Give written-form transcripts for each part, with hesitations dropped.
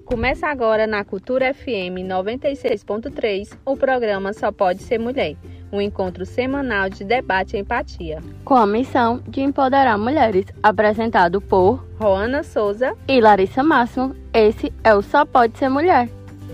Começa agora na Cultura FM 96.3, o programa Só Pode Ser Mulher, um encontro semanal de debate e empatia. Com a missão de empoderar mulheres, apresentado por Roana Souza e Larissa Máximo, esse é o Só Pode Ser Mulher.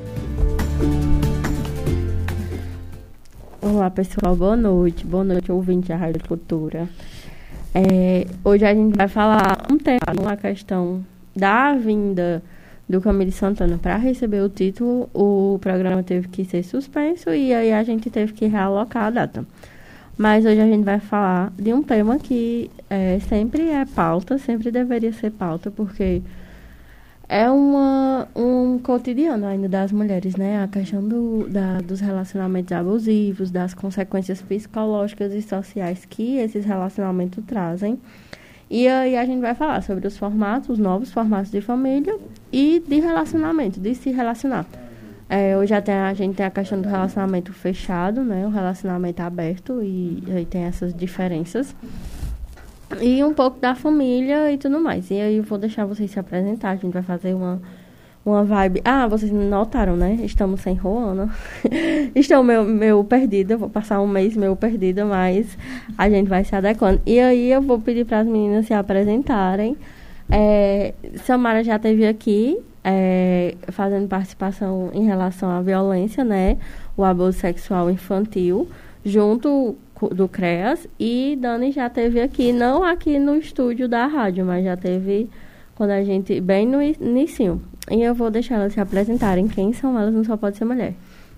Olá pessoal, boa noite ouvinte da Rádio Cultura. Hoje a gente vai falar uma questão da vinda do Camille Santana para receber o título. O programa teve que ser suspenso e aí a gente teve que realocar a data. Mas hoje a gente vai falar de um tema que sempre é pauta, sempre deveria ser pauta, porque é um cotidiano ainda das mulheres, né? A questão dos relacionamentos abusivos, das consequências psicológicas e sociais que esses relacionamentos trazem. E aí a gente vai falar sobre os novos formatos de família e de relacionamento, de se relacionar. Hoje a gente tem a questão do relacionamento fechado, né? O relacionamento aberto, e aí tem essas diferenças. E um pouco da família e tudo mais. E aí eu vou deixar vocês se apresentar. A gente vai fazer uma vibe. Vocês notaram, né? Estamos sem Roana. Estou meio perdida. Vou passar um mês meio perdida, mas a gente vai se adequando. E aí eu vou pedir para as meninas se apresentarem. Samara já esteve aqui fazendo participação em relação à violência, né? O abuso sexual infantil, junto do CREAS, e Dani já esteve aqui, não aqui no estúdio da rádio, mas já esteve quando a gente, bem no inicinho. E eu vou deixar elas se apresentarem. Quem são elas? Não Só Pode Ser Mulher.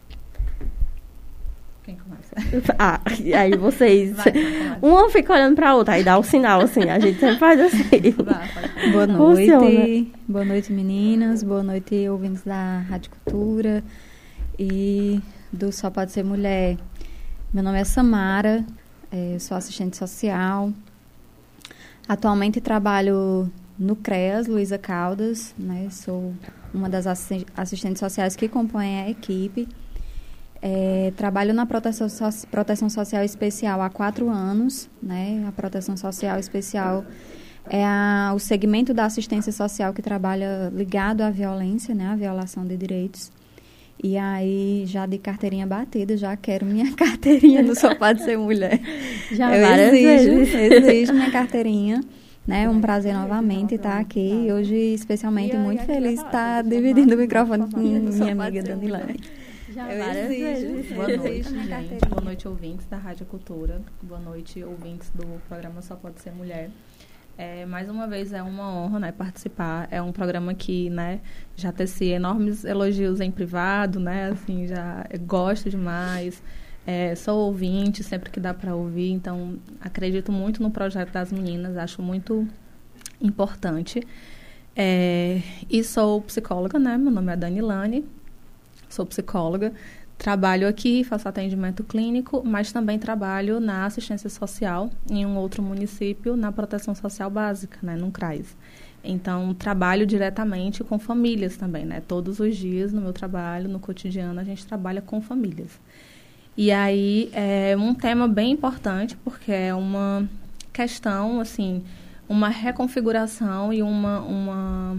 Quem começa? E aí vocês... Uma fica olhando para a outra, aí dá o sinal, assim. A gente sempre faz assim. Boa noite. Funciona. Boa noite, meninas. Boa noite, ouvintes da Rádio Cultura e do Só Pode Ser Mulher. Meu nome é Samara, eu sou assistente social. Atualmente trabalho no CREAS, Luísa Caldas, né? Sou uma das assistentes sociais que compõem a equipe. Trabalho na proteção social especial há 4 anos, né? A proteção social especial é o segmento da assistência social que trabalha ligado à violência, né? À violação de direitos. E aí, já de carteirinha batida, já quero minha carteirinha no Só Pode Ser Mulher. Exijo minha carteirinha. Né? Um prazer novamente estar aqui. Hoje, especialmente, muito feliz de estar dividindo o microfone com minha amiga Danilane. Boa noite, gente. Boa noite, ouvintes da Rádio Cultura. Boa noite, ouvintes do programa Só Pode Ser Mulher. Mais uma vez, é uma honra, né, participar. É um programa que, né, já teci enormes elogios em privado, né? Assim, já gosto demais. Sou ouvinte sempre que dá para ouvir, então acredito muito no projeto das meninas, acho muito importante. E sou psicóloga, né? Meu nome é Danilane, sou psicóloga, trabalho aqui, faço atendimento clínico, mas também trabalho na assistência social em um outro município, na proteção social básica, né? No CRAS. Então, trabalho diretamente com famílias também, né? Todos os dias no meu trabalho, no cotidiano, a gente trabalha com famílias. E aí, é um tema bem importante, porque é uma questão, assim, uma reconfiguração e um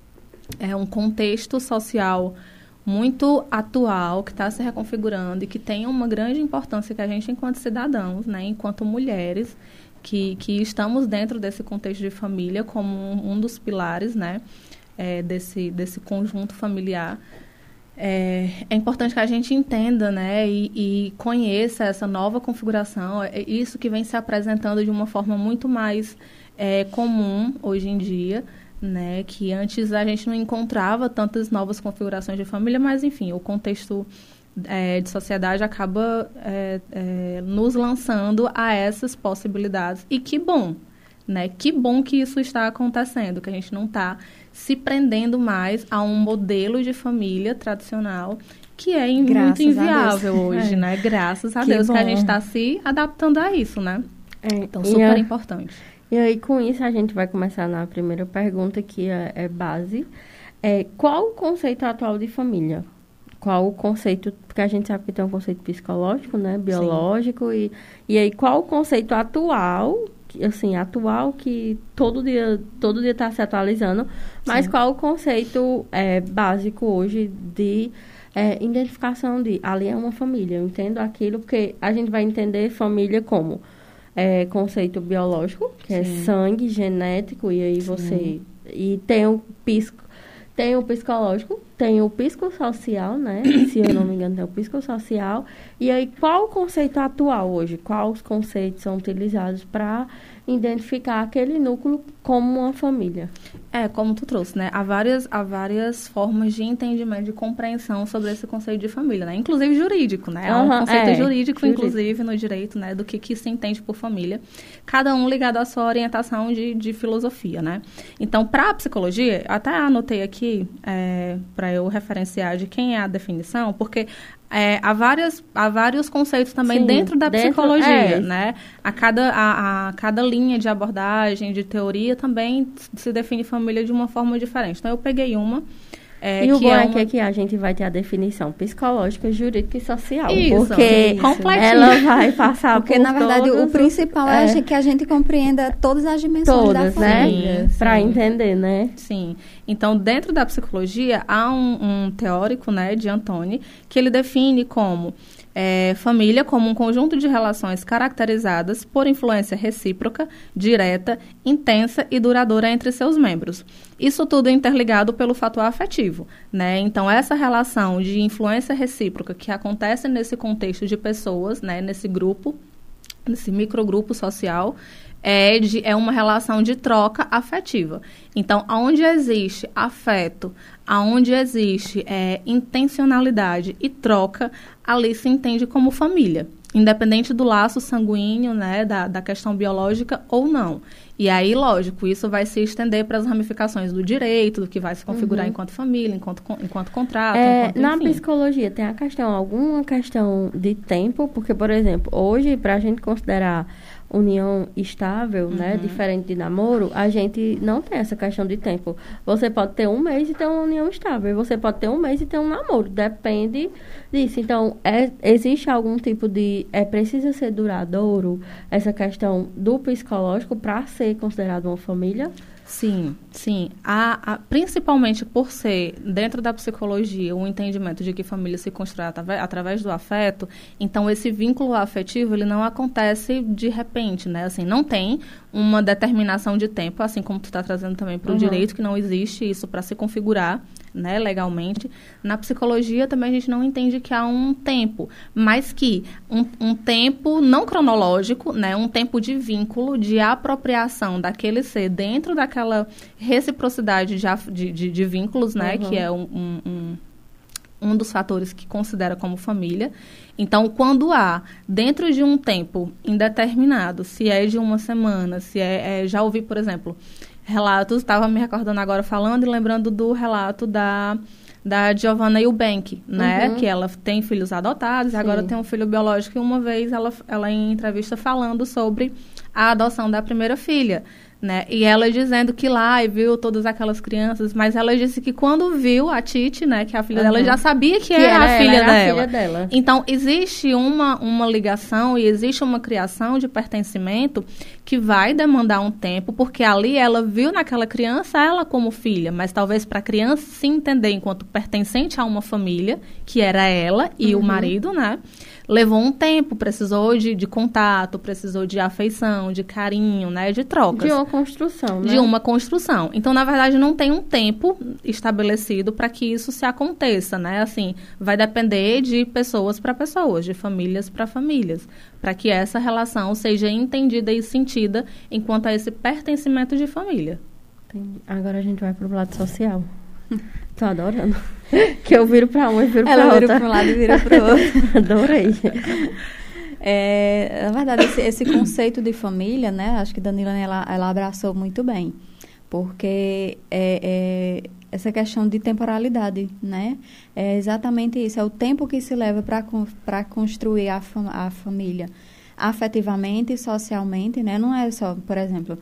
contexto social muito atual, que está se reconfigurando e que tem uma grande importância que a gente, enquanto cidadãos, né, enquanto mulheres, que estamos dentro desse contexto de família como um dos pilares, né, desse conjunto familiar. É importante que a gente entenda, né, e conheça essa nova configuração, isso que vem se apresentando de uma forma muito mais comum hoje em dia, né, que antes a gente não encontrava tantas novas configurações de família, mas, enfim, o contexto de sociedade acaba nos lançando a essas possibilidades. E que bom, né, que bom que isso está acontecendo, que a gente não está se prendendo mais a um modelo de família tradicional que é muito inviável hoje, né? Graças a Deus que a gente está se adaptando a isso, né? Então, super importante. E aí, com isso, a gente vai começar na primeira pergunta, que é base. Qual o conceito atual de família? Qual o conceito... Porque a gente sabe que tem um conceito psicológico, né? Biológico. E aí, qual o conceito atual assim, atual, que todo dia está se atualizando, mas qual o conceito básico hoje de identificação de ali é uma família? Eu entendo aquilo, porque a gente vai entender família como conceito biológico, que é sangue, genético, e aí você... E tem o psicológico, tem o psicossocial, né? Se eu não me engano, tem o psicossocial. E aí, qual o conceito atual hoje? Quais conceitos são utilizados para identificar aquele núcleo como uma família? Como tu trouxe, né? Há várias formas de entendimento, de compreensão sobre esse conceito de família, né? Inclusive jurídico, né? Há um conceito jurídico, inclusive, no direito, né? Do que se entende por família. Cada um ligado à sua orientação de filosofia, né? Então, para a psicologia, até anotei aqui, para eu referenciar de quem é a definição, porque há vários conceitos também dentro da psicologia, né? A cada linha de abordagem, de teoria, também se define família de uma forma diferente. Então, eu peguei uma... e o bom é que a gente vai ter a definição psicológica, jurídica e social. Isso, porque ela vai passar porque, na verdade, o principal é que a gente compreenda todas as dimensões da família. Né? Para entender, né? Sim. Então, dentro da psicologia, há um teórico, né, de Antoni, que ele define como família como um conjunto de relações caracterizadas por influência recíproca, direta, intensa e duradoura entre seus membros. Isso tudo interligado pelo fator afetivo, né? Então, essa relação de influência recíproca que acontece nesse contexto de pessoas, né, nesse grupo, nesse microgrupo social, é uma relação de troca afetiva. Então, onde existe afeto, onde existe intencionalidade e troca, ali se entende como família, independente do laço sanguíneo, né, da questão biológica ou não. E aí, lógico, isso vai se estender para as ramificações do direito, do que vai se configurar enquanto família, enquanto contrato, na psicologia, tem alguma questão de tempo? Porque, por exemplo, hoje, para a gente considerar união estável, né, diferente de namoro, a gente não tem essa questão de tempo. Você pode ter um mês e ter uma união estável, você pode ter um mês e ter um namoro, depende disso. Então, existe algum tipo de... precisa ser duradouro essa questão do psicológico para ser considerado uma família? Sim. Principalmente por ser, dentro da psicologia, um entendimento de que família se constrói através do afeto, então esse vínculo afetivo, ele não acontece de repente, né? Assim, não tem uma determinação de tempo, assim como tu está trazendo também para o direito, que não existe isso para se configurar, né, legalmente. Na psicologia também a gente não entende que há um tempo, mas que um tempo não cronológico, né, um tempo de vínculo, de apropriação daquele ser dentro daquela reciprocidade de vínculos, né, que é um dos fatores que considera como família. Então, quando há, dentro de um tempo indeterminado, se é de uma semana, se já ouvi, por exemplo, relatos, estava me recordando agora falando e lembrando do relato da Giovanna Eubank, né? Que ela tem filhos adotados, e agora tem um filho biológico, e uma vez ela em entrevista falando sobre a adoção da primeira filha, né? E ela dizendo que lá viu todas aquelas crianças, mas ela disse que quando viu a Titi, né, que é a filha dela, já sabia que era a filha dela. Então, existe uma ligação e existe uma criação de pertencimento que vai demandar um tempo, porque ali ela viu naquela criança ela como filha, mas talvez para a criança se entender enquanto pertencente a uma família, que era ela e o marido, né? Levou um tempo, precisou de contato, precisou de afeição, de carinho, né? De trocas. De uma construção, né? De uma construção. Então, na verdade, não tem um tempo estabelecido para que isso se aconteça, né? Assim, vai depender de pessoas para pessoas, de famílias para famílias, para que essa relação seja entendida e sentida enquanto a esse pertencimento de família. Entendi. Agora a gente vai para o lado social. Tô adorando. Que eu viro para um e viro para outra. Ela vira para um lado e vira para o outro. Adorei. Na verdade, esse conceito de família, né? Acho que Danila, ela abraçou muito bem. Porque essa questão de temporalidade, né? É exatamente isso. É o tempo que se leva para construir a família. Afetivamente e socialmente, né? Não é só, por exemplo,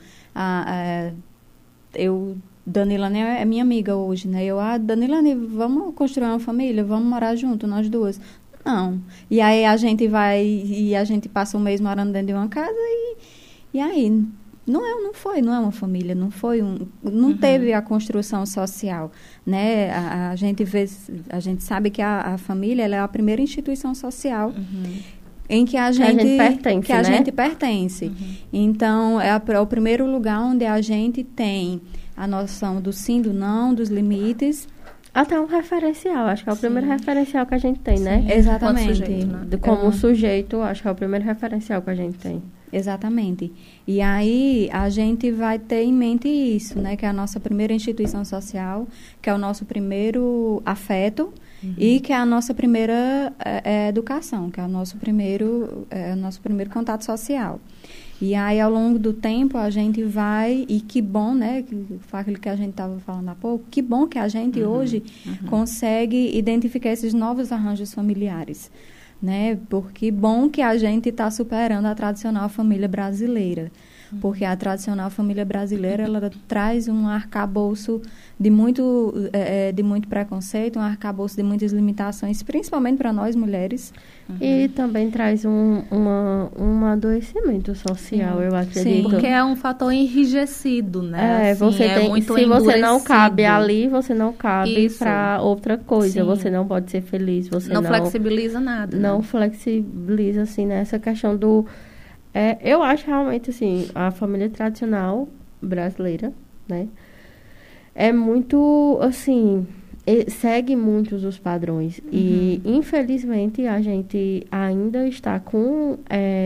Danilane é minha amiga hoje, né? Danilane, vamos construir uma família? Vamos morar junto, nós duas? Não. E aí a gente passa um mês morando dentro de uma casa e aí não foi uma família, não teve a construção social, né? A gente sabe que a família ela é a primeira instituição social em que a gente pertence. Então, é o primeiro lugar onde a gente tem a noção do sim, do não, dos limites. Até um referencial, acho que é o primeiro referencial que a gente tem, né? Exatamente. Sujeito, né? Como sujeito, acho que é o primeiro referencial que a gente tem. Exatamente. E aí, a gente vai ter em mente isso, né? Que é a nossa primeira instituição social, que é o nosso primeiro afeto e que é a nossa primeira educação, que é o nosso primeiro contato social. E aí, ao longo do tempo, a gente vai... E que bom, né? Que foi aquilo que a gente estava falando há pouco. Que bom que a gente hoje consegue identificar esses novos arranjos familiares, né? Porque bom que a gente está superando a tradicional família brasileira. Porque a tradicional família brasileira, ela traz um arcabouço de muito preconceito, um arcabouço de muitas limitações, principalmente para nós mulheres. E também traz um adoecimento social, eu acredito. Sim, porque é um fator enrijecido, né? Assim, se você não cabe ali, você não cabe para outra coisa. Sim. Você não pode ser feliz, você não flexibiliza nada. Não flexibiliza, assim, nessa questão do... eu acho realmente, assim, a família tradicional brasileira, né? É muito, assim, segue muitos os padrões. E, infelizmente, a gente ainda está com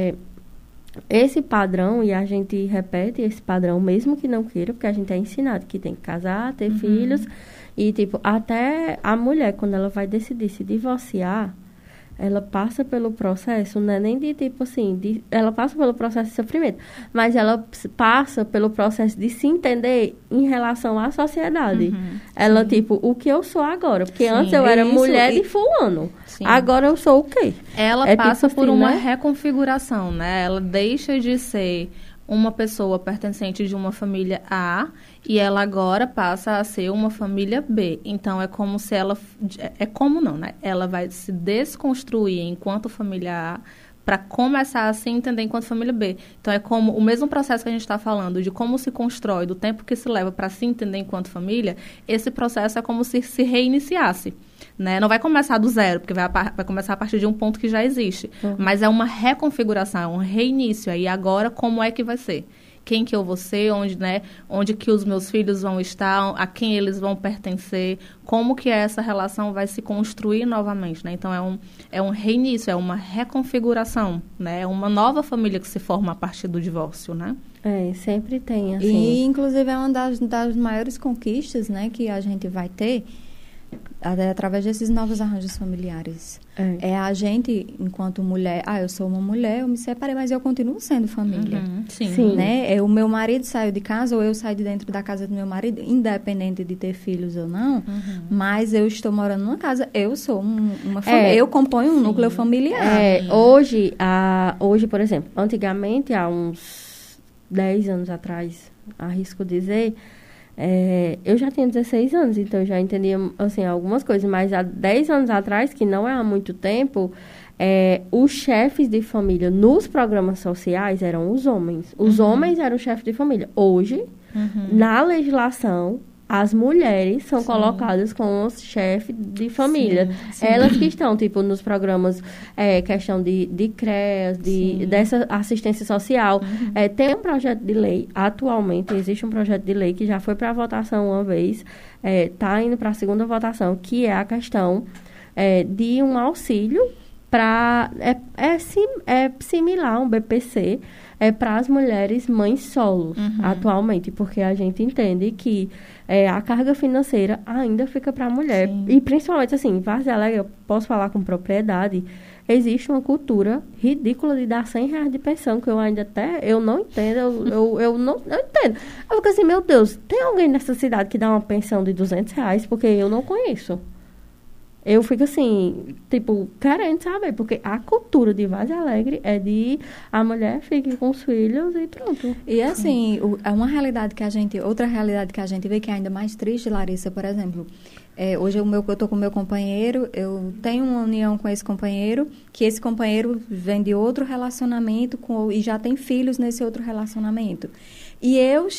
esse padrão e a gente repete esse padrão, mesmo que não queira, porque a gente é ensinado que tem que casar, ter filhos. E, tipo, até a mulher, quando ela vai decidir se divorciar, ela passa pelo processo, não é nem de tipo assim, ela passa pelo processo de sofrimento, mas ela passa pelo processo de se entender em relação à sociedade. Ela, tipo, o que eu sou agora? Porque antes eu era mulher de fulano. Agora eu sou o quê? Ela passa tipo por uma reconfiguração, né? Ela deixa de ser uma pessoa pertencente de uma família A e ela agora passa a ser uma família B. Então, é como se ela... É como não, né? Ela vai se desconstruir enquanto família A para começar a se entender enquanto família B. Então, é como o mesmo processo que a gente está falando, de como se constrói, do tempo que se leva para se entender enquanto família, esse processo é como se reiniciasse. Né? Não vai começar do zero, porque vai começar a partir de um ponto que já existe. Mas é uma reconfiguração, é um reinício. Aí agora, como é que vai ser? Quem que eu vou ser? Onde que os meus filhos vão estar? A quem eles vão pertencer? Como que essa relação vai se construir novamente? Né? Então, é um reinício, é uma reconfiguração. Né? É uma nova família que se forma a partir do divórcio, né? Sempre tem, assim. E, inclusive, é uma das maiores conquistas, né, que a gente vai ter através desses novos arranjos familiares. É a gente, enquanto mulher, eu sou uma mulher, eu me separei, mas eu continuo sendo família. Sim. Né? O meu marido saiu de casa, ou eu saio de dentro da casa do meu marido, independente de ter filhos ou não, mas eu estou morando numa casa, eu sou uma família, eu componho um núcleo familiar. Hoje, por exemplo, antigamente, há uns 10 anos atrás, arrisco dizer... eu já tinha 16 anos, então eu já entendia, assim, algumas coisas. Mas há 10 anos atrás, que não é há muito tempo, os chefes de família nos programas sociais eram os homens. Os homens eram chefes de família. Hoje, na legislação, as mulheres são colocadas como chefe de família. Elas que estão, tipo, nos programas, questão de CREAS, dessa assistência social. Tem um projeto de lei, atualmente, existe um projeto de lei que já foi para votação uma vez, está indo para a segunda votação, que é a questão de um auxílio para... similar a um BPC, para as mulheres mães solos, atualmente, porque a gente entende que a carga financeira ainda fica para a mulher. E principalmente, assim, em Várzea Alegre, eu posso falar com propriedade, existe uma cultura ridícula de dar R$100 de pensão, que eu ainda eu não entendo, eu não entendo. Eu fico assim, meu Deus, tem alguém nessa cidade que dá uma pensão de R$200? Porque eu não conheço. eu fico assim, tipo, querendo saber, porque a cultura de Vaz Alegre é de a mulher fique com os filhos e pronto. E assim, é uma realidade que outra realidade que a gente vê que é ainda mais triste, Larissa, por exemplo, hoje eu tô com o meu companheiro, eu tenho uma união com esse companheiro, que esse companheiro vem de outro relacionamento e já tem filhos nesse outro relacionamento. E eu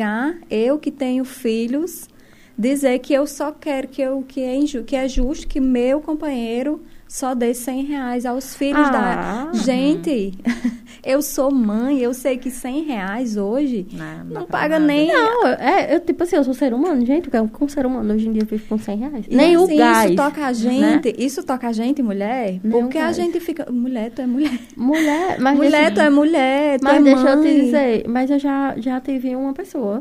que tenho filhos, dizer que eu só quero que é justo que meu companheiro só dê R$100 aos filhos da... Gente, eu sou mãe, eu sei que R$100 hoje não paga nada. Nem... Não, tipo assim, eu sou ser humano, gente, com ser humano hoje em dia vive com R$100. Nem assim, o gás. Isso toca a gente, né? Isso toca a gente, mulher, nem porque a gente fica... Mulher, tu é mulher. Mas mulher, tu é mulher, tu mas é mãe. Deixa eu te dizer, mas eu já tive uma pessoa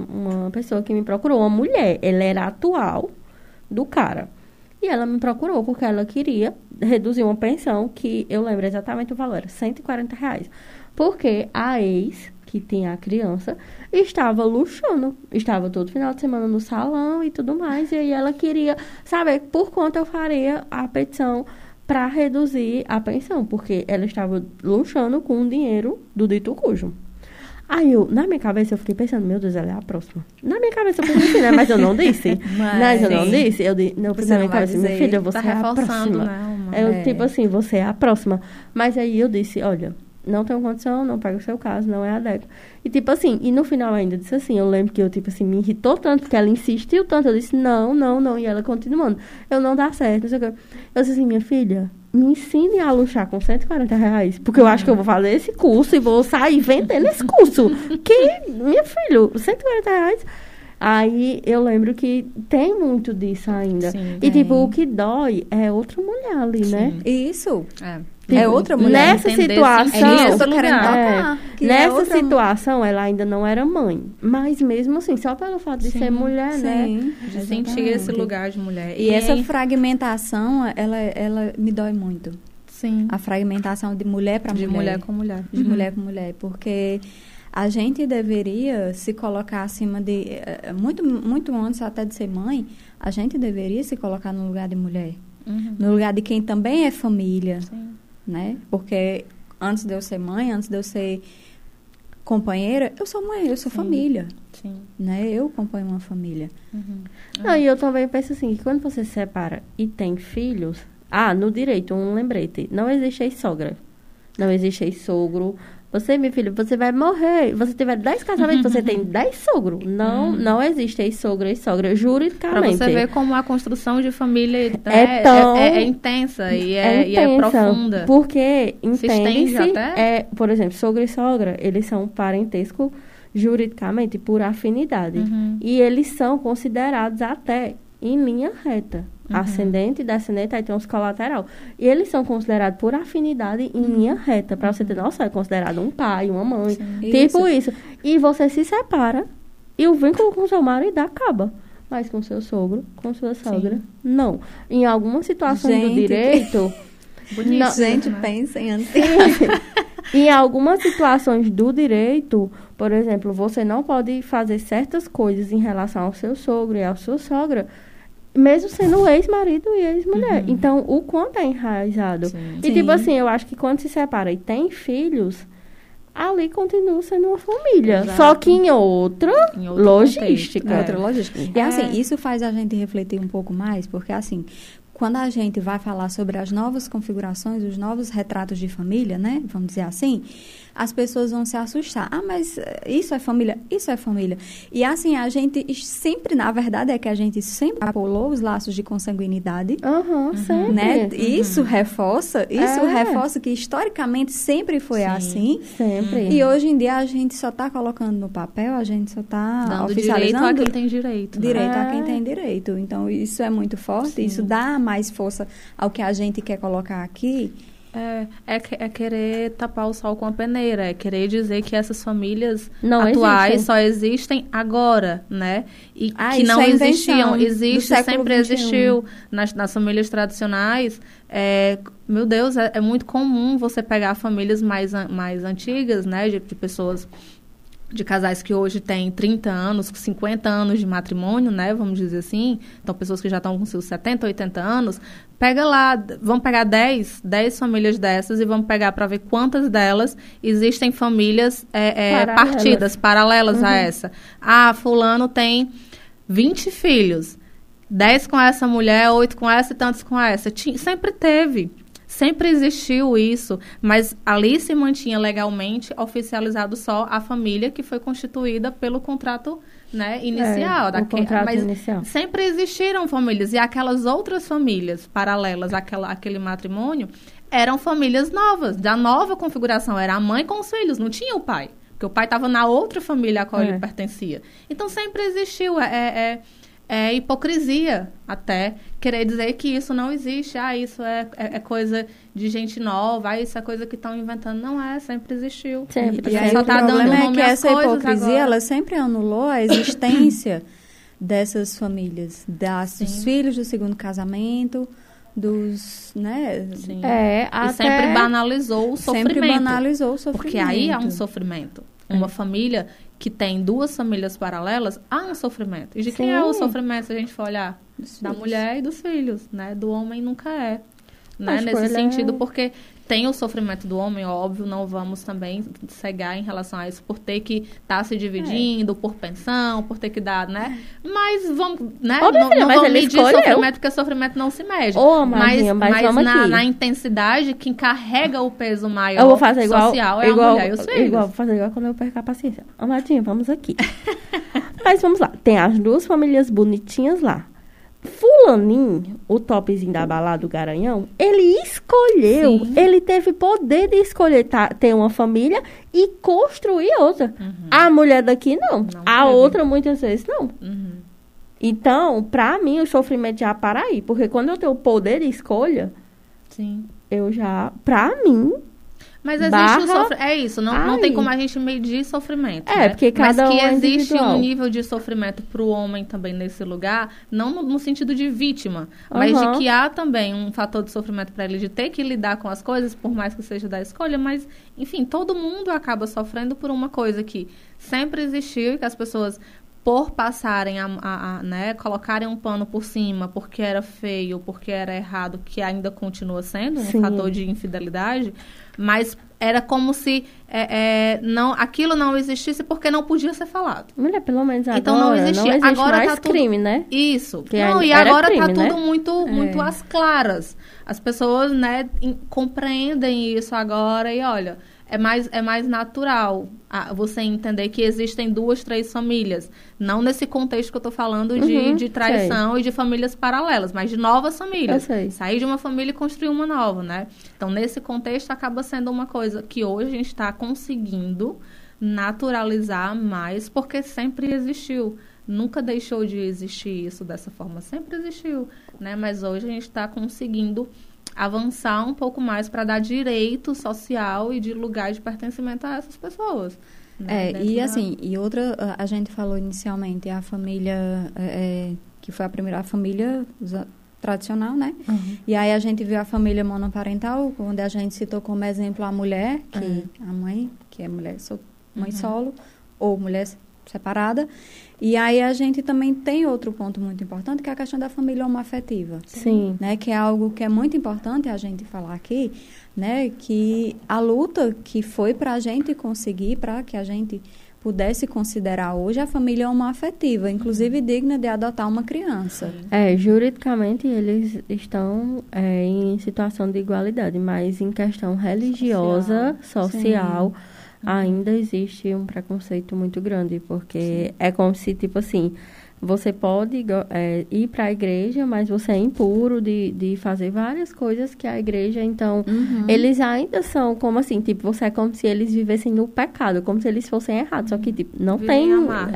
que me procurou, uma mulher, ela era atual do cara. E ela me procurou porque ela queria reduzir uma pensão que eu lembro exatamente o valor, era R$140. Porque a ex, que tinha a criança, estava luxando. Estava todo final de semana no salão e tudo mais. E aí ela queria saber por quanto eu faria a petição para reduzir a pensão. Porque ela estava luxando com o dinheiro do dito cujo. Aí, na minha cabeça, eu fiquei pensando, meu Deus, ela é a próxima. Na minha cabeça, eu pensei assim, né? Mas eu não disse. Mas eu não disse. Eu pensei na minha cabeça, minha filha, você é a próxima. Eu, tipo assim, você é a próxima. Mas aí eu disse, olha, não tenho condição, não pego o seu caso, não é adequado. E tipo assim, e no final ainda disse assim, eu lembro que eu, tipo assim, me irritou tanto, porque ela insistiu tanto. Eu disse, não. E ela continuando, eu não dá certo, não sei o que. Eu disse assim, minha filha, me ensine a luxar com R$140, porque eu acho que eu vou fazer esse curso e vou sair vendendo esse curso. Que, minha filha, R$140. Aí eu lembro que tem muito disso ainda. Sim, e tipo, o que dói é outra mulher ali, né? Isso. Tipo, é outra mulher. Nessa situação, ela ainda não era mãe. Mas mesmo assim, só pelo fato de ser mulher, né? De sentir esse lugar de mulher. E essa fragmentação, ela me dói muito. Sim. A fragmentação de mulher para mulher. De mulher com mulher. De mulher com mulher. Porque a gente deveria se colocar acima de... Muito antes até de ser mãe, a gente deveria se colocar no lugar de mulher. No lugar de quem também é família. Sim. Né? Porque antes de eu ser mãe, antes de eu ser companheira, eu sou mãe, eu sou família. Sim. Né? Eu componho uma família. Não, e eu também penso assim, que quando você se separa e tem filhos... no direito, um lembrete. Não existe ex-sogra. Não existe ex-sogro. Você, minha filha, você vai morrer. Você tiver 10 casamentos, você tem 10 sogros. Não existe ex-sogro, ex-sogra, juridicamente. Pra você ver como a construção de família é intensa e é profunda. Porque entende-se, por exemplo, sogro e sogra, eles são parentesco juridicamente por afinidade. E eles são considerados até em linha reta. Ascendente, descendente, aí tem uns colateral. E eles são considerados por afinidade em linha reta. Pra você ter noção, é considerado um pai, uma mãe. Sim. Tipo isso. E você se separa e o vínculo com seu marido acaba. Mas com seu sogro, com sua sogra, não. Em algumas situações do direito... Bonito, gente, né? Pensem antes. Em algumas situações do direito, por exemplo, você não pode fazer certas coisas em relação ao seu sogro e à sua sogra, mesmo sendo ex-marido e ex-mulher. Então, o quanto é enraizado. Sim. E, tipo assim, eu acho que quando se separa e tem filhos, ali continua sendo uma família. Exato. Só que em outra logística. Outra logística. E, assim, isso faz a gente refletir um pouco mais, porque, assim, quando a gente vai falar sobre as novas configurações, os novos retratos de família, né? Vamos dizer assim, as pessoas vão se assustar. Mas isso é família? Isso é família. E assim, a gente sempre, na verdade, é que a gente sempre apolou os laços de consanguinidade. Sempre. Né? Isso reforça que historicamente sempre foi assim. Sempre. E hoje em dia a gente só está colocando no papel, a gente só está oficializando. Direito a quem tem direito. Né? Direito a quem tem direito. Então, isso é muito forte, isso dá mais força ao que a gente quer colocar aqui. É querer tapar o sol com a peneira, é querer dizer que essas famílias não atuais existem. Só existem agora, né? E que não existiam, sempre existiu. Nas famílias tradicionais, meu Deus, é muito comum você pegar famílias mais antigas, né? De pessoas de casais que hoje têm 30 anos, 50 anos de matrimônio, né, vamos dizer assim, então pessoas que já estão com seus 70, 80 anos, pega lá, vamos pegar 10 famílias dessas e vamos pegar para ver quantas delas existem famílias partidas, paralelas a essa. Ah, fulano tem 20 filhos, 10 com essa mulher, 8 com essa e tantos com essa. Sempre teve. Sempre existiu isso, mas ali se mantinha legalmente oficializado só a família que foi constituída pelo contrato, né, inicial. O contrato inicial. Sempre existiram famílias, e aquelas outras famílias paralelas àquele matrimônio eram famílias novas, da nova configuração. Era a mãe com os filhos, não tinha o pai, porque o pai estava na outra família a qual ele pertencia. Então sempre existiu, é hipocrisia até querer dizer que isso não existe. Ah, isso é coisa de gente nova, isso é coisa que estão inventando. Não é, sempre existiu. E aí o problema é que essa hipocrisia, ela sempre anulou a existência dessas famílias, dos filhos do segundo casamento, dos, né? Sim. E sempre banalizou o sofrimento. Sempre banalizou o sofrimento. Porque aí há um sofrimento. Uma família que tem 2 famílias paralelas, há um sofrimento. E de quem é o sofrimento, se a gente for olhar? Da mulher e dos filhos, né? Do homem nunca é. Né? Nesse sentido, porque tem o sofrimento do homem, óbvio, não vamos também cegar em relação a isso, por ter que estar se dividindo, por pensão, por ter que dar, né? Mas vamos, né? Não vamos medir sofrimento, porque sofrimento não se mede. Mas na intensidade, quem carrega o peso maior vou fazer social é a mulher e os filhos. Vou fazer igual quando eu perco a paciência. Amadinha, vamos aqui. Mas vamos lá. Tem as 2 famílias bonitinhas lá. Fulaninho, o topzinho da balada do Garanhão, ele escolheu, ele teve poder de escolher ter uma família e construir outra. A mulher daqui não a outra muitas vezes não. Então, pra mim, o sofrimento já para aí, porque quando eu tenho o poder de escolha, eu já, pra mim... Mas existe o sofrimento. É isso, não tem como a gente medir sofrimento. Né? Porque cada Mas que existe um nível de sofrimento para o homem também nesse lugar, não no sentido de vítima, mas de que há também um fator de sofrimento para ele, de ter que lidar com as coisas, por mais que seja da escolha, mas, enfim, todo mundo acaba sofrendo por uma coisa que sempre existiu e que as pessoas, por passarem né, colocarem um pano por cima porque era feio, porque era errado, que ainda continua sendo um fator de infidelidade, mas era como se aquilo não existisse porque não podia ser falado. Mulher, pelo menos agora então não existe agora mais tá tudo, crime, né? Isso. E agora crime, tá né? tudo muito às claras. As pessoas, né, compreendem isso agora e olha... É mais natural você entender que existem 2, 3 famílias. Não nesse contexto que eu estou falando de traição e de famílias paralelas, mas de novas famílias. Sair de uma família e construir uma nova, né? Então, nesse contexto, acaba sendo uma coisa que hoje a gente está conseguindo naturalizar mais, porque sempre existiu. Nunca deixou de existir isso dessa forma. Sempre existiu, né? Mas hoje a gente está conseguindo avançar um pouco mais para dar direito social e de lugar de pertencimento a essas pessoas. Né? E outra, a gente falou inicialmente, a família, que foi a família tradicional, né? E aí a gente viu a família monoparental, onde a gente citou como exemplo a mulher, a mãe, que é mulher mãe solo, ou mulher separada. E aí a gente também tem outro ponto muito importante, que é a questão da família homoafetiva. Sim. Né? Que é algo que é muito importante a gente falar aqui, né? Que a luta que foi para a gente conseguir, para que a gente pudesse considerar hoje a família homoafetiva, inclusive digna de adotar uma criança. Juridicamente eles estão em situação de igualdade, mas em questão religiosa, social ainda existe um preconceito muito grande, porque é como se, tipo assim, você pode ir para a igreja, mas você é impuro de fazer várias coisas que a igreja, então, eles ainda são como assim, tipo, você é como se eles vivessem no pecado, como se eles fossem errados, só que, tipo, não tem...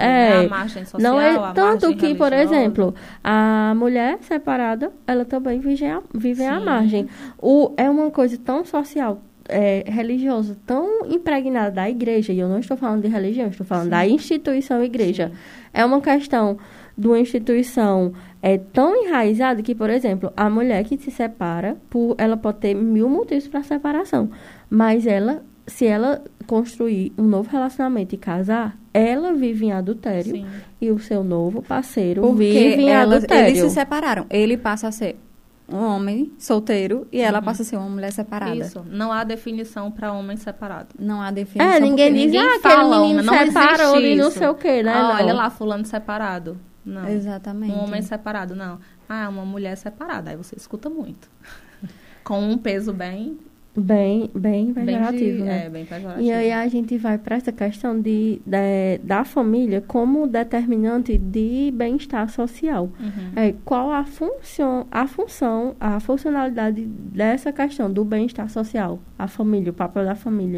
a margem social, não é tanto que, religiosa. por exemplo, a mulher separada, ela também vive à margem. É uma coisa tão social, religioso tão impregnada da igreja, e eu não estou falando de religião, estou falando da instituição igreja. É uma questão de uma instituição tão enraizada que, por exemplo, a mulher que se separa, ela pode ter 1000 motivos para separação, mas ela se ela construir um novo relacionamento e casar, ela vive em adultério. Sim. E o seu novo parceiro Porque vive em adultério. eles se separaram. Ele passa a ser um homem solteiro e ela passa a ser uma mulher separada. Isso. Não há definição para homem separado. Não há definição. Ninguém diz, ninguém aquele fala, menino não separou existe e não isso. sei o quê, né? Ah, Não. olha lá, fulano separado. Não. Exatamente. Um homem separado, não. Ah, uma mulher separada. Aí você escuta muito. Com um peso bem Bem pejorativo, né? bem pejorativo. E aí a gente vai para essa questão da família como determinante de bem-estar social. Qual a funcionalidade dessa questão do bem-estar social? A família, o papel da família.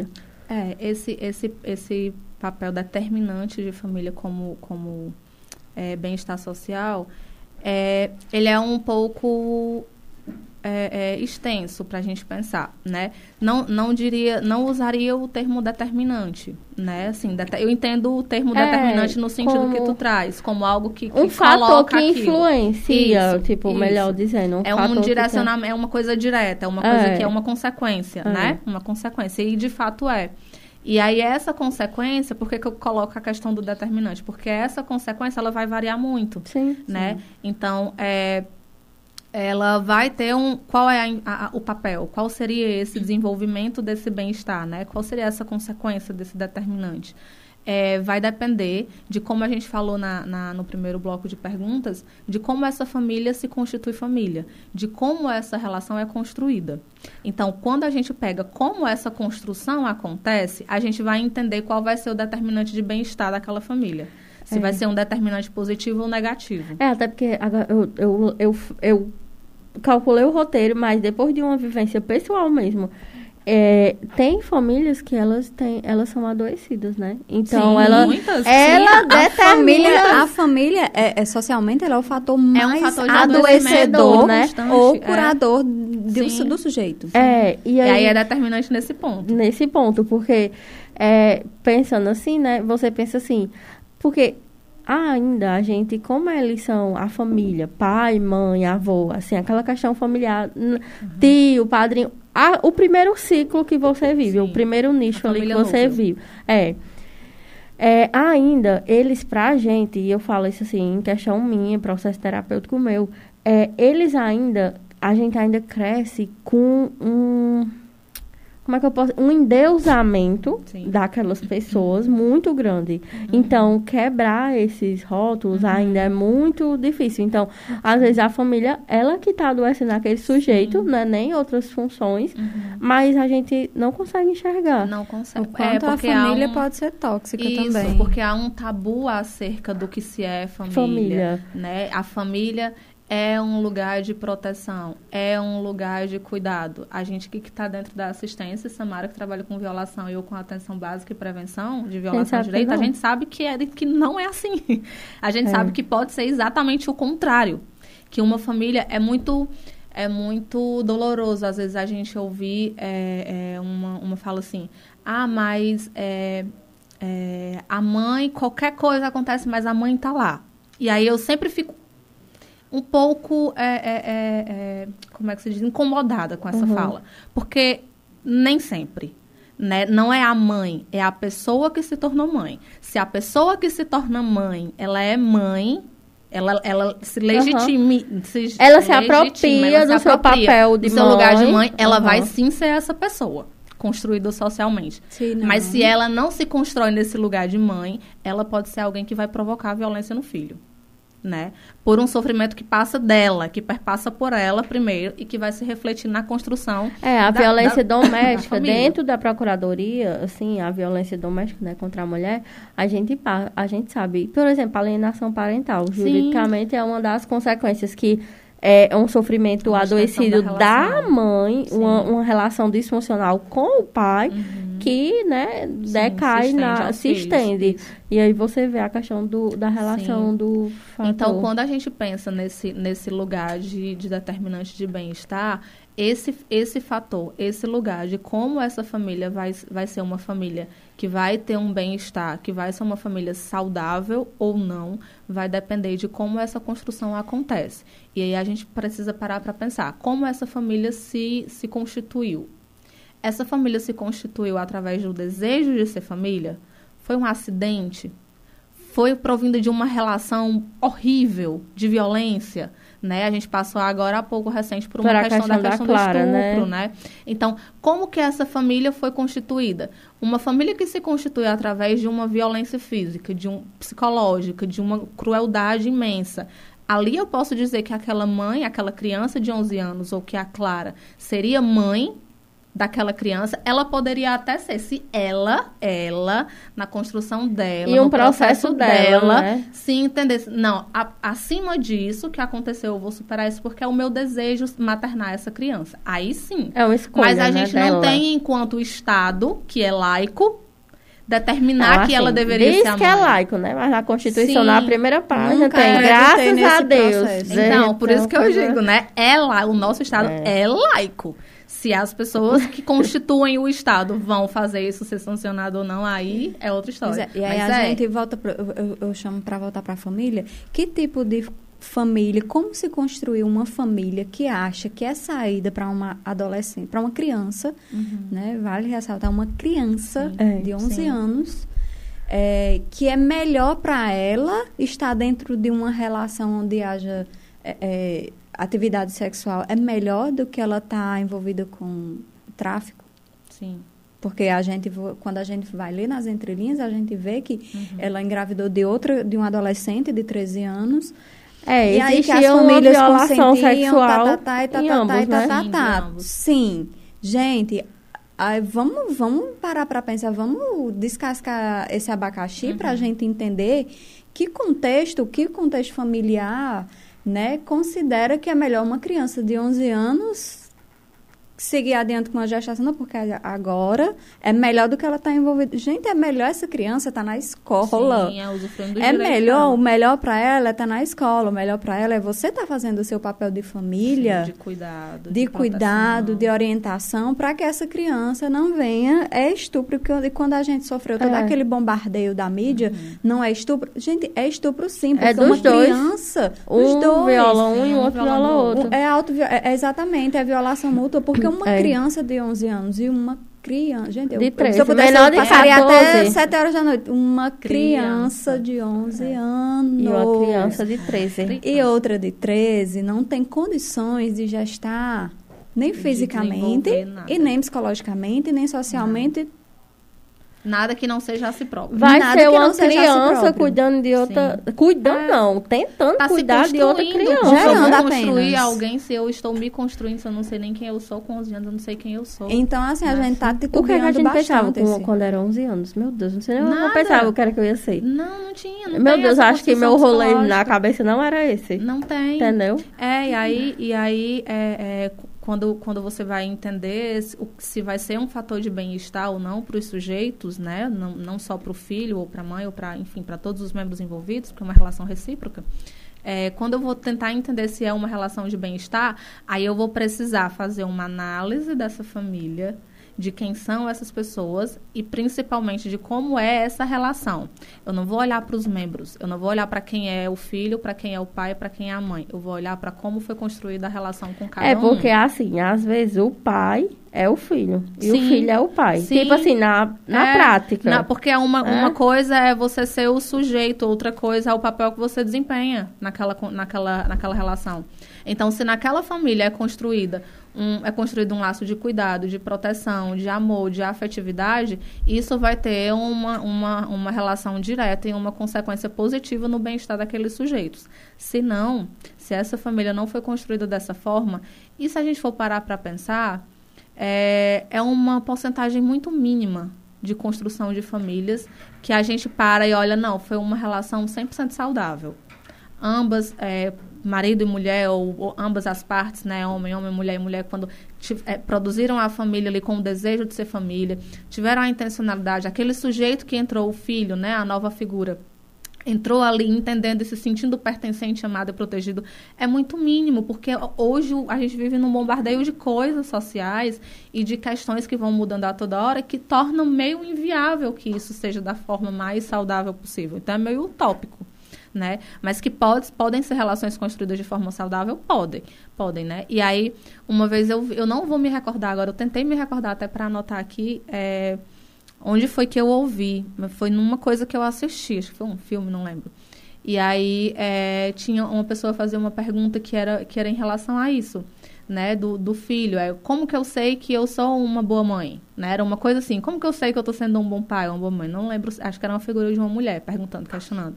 Esse papel determinante de família como bem-estar social, ele é um pouco extenso para a gente pensar, né? Não usaria o termo determinante, né? Assim, eu entendo o termo determinante no sentido que tu traz, como algo que um fator que aquilo. influencia, Isso. melhor dizendo. Um direcionamento, é uma coisa direta, é uma coisa que é uma consequência, né? Uma consequência, e de fato é. E aí, essa consequência, por que eu coloco a questão do determinante? Porque essa consequência, ela vai variar muito, né? Sim. Então, ela vai ter qual é o papel? Qual seria esse desenvolvimento desse bem-estar, né? Qual seria essa consequência desse determinante? Vai depender de como a gente falou no primeiro bloco de perguntas, de como essa família se constitui família, de como essa relação é construída. Então, quando a gente pega como essa construção acontece, a gente vai entender qual vai ser o determinante de bem-estar daquela família. Se vai ser um determinante positivo ou negativo. Até porque eu calculei o roteiro, mas depois de uma vivência pessoal mesmo, tem famílias que elas são adoecidas, né? Então, muitas. Ela determina... A família, socialmente, ela é o fator mais fator de adoecedor, né? Constante, Ou curador do sujeito. E aí é determinante nesse ponto. Nesse ponto, porque pensando assim, né? Você pensa assim, porque ainda a gente, como eles são a família, pai, mãe, avô, assim, aquela questão familiar, tio, padrinho, o primeiro ciclo que você vive, o primeiro nicho ali que você vive. Ainda, eles pra gente, e eu falo isso assim, em questão minha, processo terapêutico meu, a gente ainda cresce com um endeusamento daquelas pessoas muito grande. Então, quebrar esses rótulos ainda é muito difícil. Então, às vezes a família, ela que está adoecendo aquele sujeito, né, nem outras funções, mas a gente não consegue enxergar. Não consegue. O quanto a família pode ser tóxica também. Porque há um tabu acerca do que se é família. Né? A família é um lugar de proteção, é um lugar de cuidado. A gente que está dentro da assistência, Samara, que trabalha com violação e eu com atenção básica e prevenção de violação de direito, a gente sabe que não é assim. A gente sabe que pode ser exatamente o contrário. Que uma família é muito doloroso. Às vezes a gente ouvir uma fala assim, mas a mãe, qualquer coisa acontece, mas a mãe está lá. E aí eu sempre fico um pouco, como é que se diz, incomodada com essa fala. Porque nem sempre, né? Não é a mãe, é a pessoa que se tornou mãe. Se a pessoa que se torna mãe, ela é mãe, ela se legitima, ela se apropria do seu papel de mãe. Do seu lugar de mãe, ela vai sim ser essa pessoa, construída socialmente. Mas se ela não se constrói nesse lugar de mãe, ela pode ser alguém que vai provocar violência no filho. Né? Por um sofrimento que passa dela, que perpassa por ela primeiro e que vai se refletir na construção a violência doméstica dentro da procuradoria, assim, a violência doméstica, né, contra a mulher, a gente sabe, por exemplo, a alienação parental, juridicamente é uma das consequências que é um sofrimento adoecido da mãe, uma relação disfuncional com o pai, que, né, decai, se estende. E aí você vê a questão da relação do fator. Então, quando a gente pensa nesse lugar de determinante de bem-estar, esse fator, esse lugar de como essa família vai ser uma família que vai ter um bem-estar, que vai ser uma família saudável ou não, vai depender de como essa construção acontece. E aí a gente precisa parar para pensar como essa família se constituiu. Essa família se constituiu através do desejo de ser família? Foi um acidente? Foi provindo de uma relação horrível de violência, né? A gente passou agora há pouco recente por uma questão da questão do estupro, né? Então, como que essa família foi constituída? Uma família que se constitui através de uma violência física, psicológica, de uma crueldade imensa. Ali eu posso dizer que aquela mãe, aquela criança de 11 anos, ou que a Clara seria mãe daquela criança, ela poderia até ser, se ela, na construção dela, e um no processo dela, né? Se entendesse, não, acima disso que aconteceu, eu vou superar isso porque é o meu desejo maternar essa criança. Aí sim. É uma escolha, mas a gente não tem, enquanto Estado, que é laico, determinar que ela deveria ser a mãe. Diz que é laico, né? Mas na Constituição, Sim, na primeira página, tem, graças a Deus. Então, por isso que eu digo, né? O nosso Estado é laico. Se as pessoas que constituem o Estado vão fazer isso ser sancionado ou não, aí é outra história. E aí a gente volta, eu chamo para voltar para a família. Que tipo de família, como se construiu uma família que acha que é saída para uma adolescente, para uma criança, né? Vale ressaltar, uma criança de 11 anos, que é melhor para ela estar dentro de uma relação onde haja atividade sexual, é melhor do que ela estar envolvida com tráfico? Sim. Porque quando a gente vai ler nas entrelinhas, a gente vê que ela engravidou de um adolescente de 13 anos. E aí que as famílias violação sexual em ambos. Sim. Gente, aí vamos parar para pensar, vamos descascar esse abacaxi para a gente entender que contexto familiar, né, considera que é melhor uma criança de 11 anos seguir adiante com a gestação, não, porque agora é melhor do que ela estar envolvida. Gente, é melhor essa criança estar na escola. Sim, usufruindo do melhor, o melhor para ela é estar na escola, o melhor para ela é você estar fazendo o seu papel de família. Sim, de cuidado, de orientação, para que essa criança não venha, estupro, porque quando a gente sofreu todo aquele bombardeio da mídia, não é estupro. Gente, é estupro sim, porque uma criança, os dois, viola um e o outro viola o outro. Exatamente, é violação mútua, porque uma criança de 11 anos e uma criança... Gente, de 13, se eu pudesse, menor de passaria 14. até 7 horas da noite. Uma criança de 11 anos. E uma criança de 13. E outra de 13 não tem condições de gestar nem fisicamente, e nem psicologicamente, nem socialmente. Nada que não seja a si próprio. Vai ser uma criança cuidando de outra... Sim. Cuidando não, tentando cuidar de outra criança. Já não dá construir alguém se eu estou me construindo, se eu não sei nem quem eu sou com 11 anos, eu não sei quem eu sou. Então, assim, a gente tá titubeando. O que a gente pensava quando era 11 anos? Meu Deus, não sei nem o que eu pensava o que era que eu ia ser. Não tinha. Meu Deus, acho que meu rolê na cabeça não era esse. Não tem. Entendeu? E aí quando você vai entender se vai ser um fator de bem-estar ou não para os sujeitos, né? Não só para o filho ou para a mãe ou para todos os membros envolvidos, porque é uma relação recíproca. Quando eu vou tentar entender se é uma relação de bem-estar, aí eu vou precisar fazer uma análise dessa família, de quem são essas pessoas e principalmente de como é essa relação. Eu não vou olhar para os membros, eu não vou olhar para quem é o filho, para quem é o pai, para quem é a mãe. Eu vou olhar para como foi construída a relação com cada um. É porque, assim, às vezes o pai é o filho e o filho é o pai. Sim. Tipo assim, na prática. Porque uma coisa é você ser o sujeito, outra coisa é o papel que você desempenha naquela relação. Então, se naquela família é construído um laço de cuidado, de proteção, de amor, de afetividade, isso vai ter uma relação direta e uma consequência positiva no bem-estar daqueles sujeitos. Se essa família não foi construída dessa forma, e se a gente for parar para pensar, é uma porcentagem muito mínima de construção de famílias que a gente para e olha, não, foi uma relação 100% saudável. Ambas... marido e mulher, ou ambas as partes, né, homem, mulher e mulher, quando produziram a família ali com o desejo de ser família, tiveram a intencionalidade, aquele sujeito que entrou, o filho, né, a nova figura, entrou ali entendendo e se sentindo pertencente, amado e protegido, é muito mínimo, porque hoje a gente vive num bombardeio de coisas sociais e de questões que vão mudando a toda hora que tornam meio inviável que isso seja da forma mais saudável possível. Então, é meio utópico. né? Mas que podem ser relações construídas de forma saudável? Podem, né? E aí, uma vez eu não vou me recordar agora, eu tentei me recordar até para anotar aqui, onde foi que eu ouvi, foi numa coisa que eu assisti, acho que foi um filme, não lembro. E aí, tinha uma pessoa fazer uma pergunta que era em relação a isso, né, do filho. Como que eu sei que eu sou uma boa mãe? Né? Era uma coisa assim, como que eu sei que eu estou sendo um bom pai, uma boa mãe? Não lembro, acho que era uma figura de uma mulher perguntando, questionando.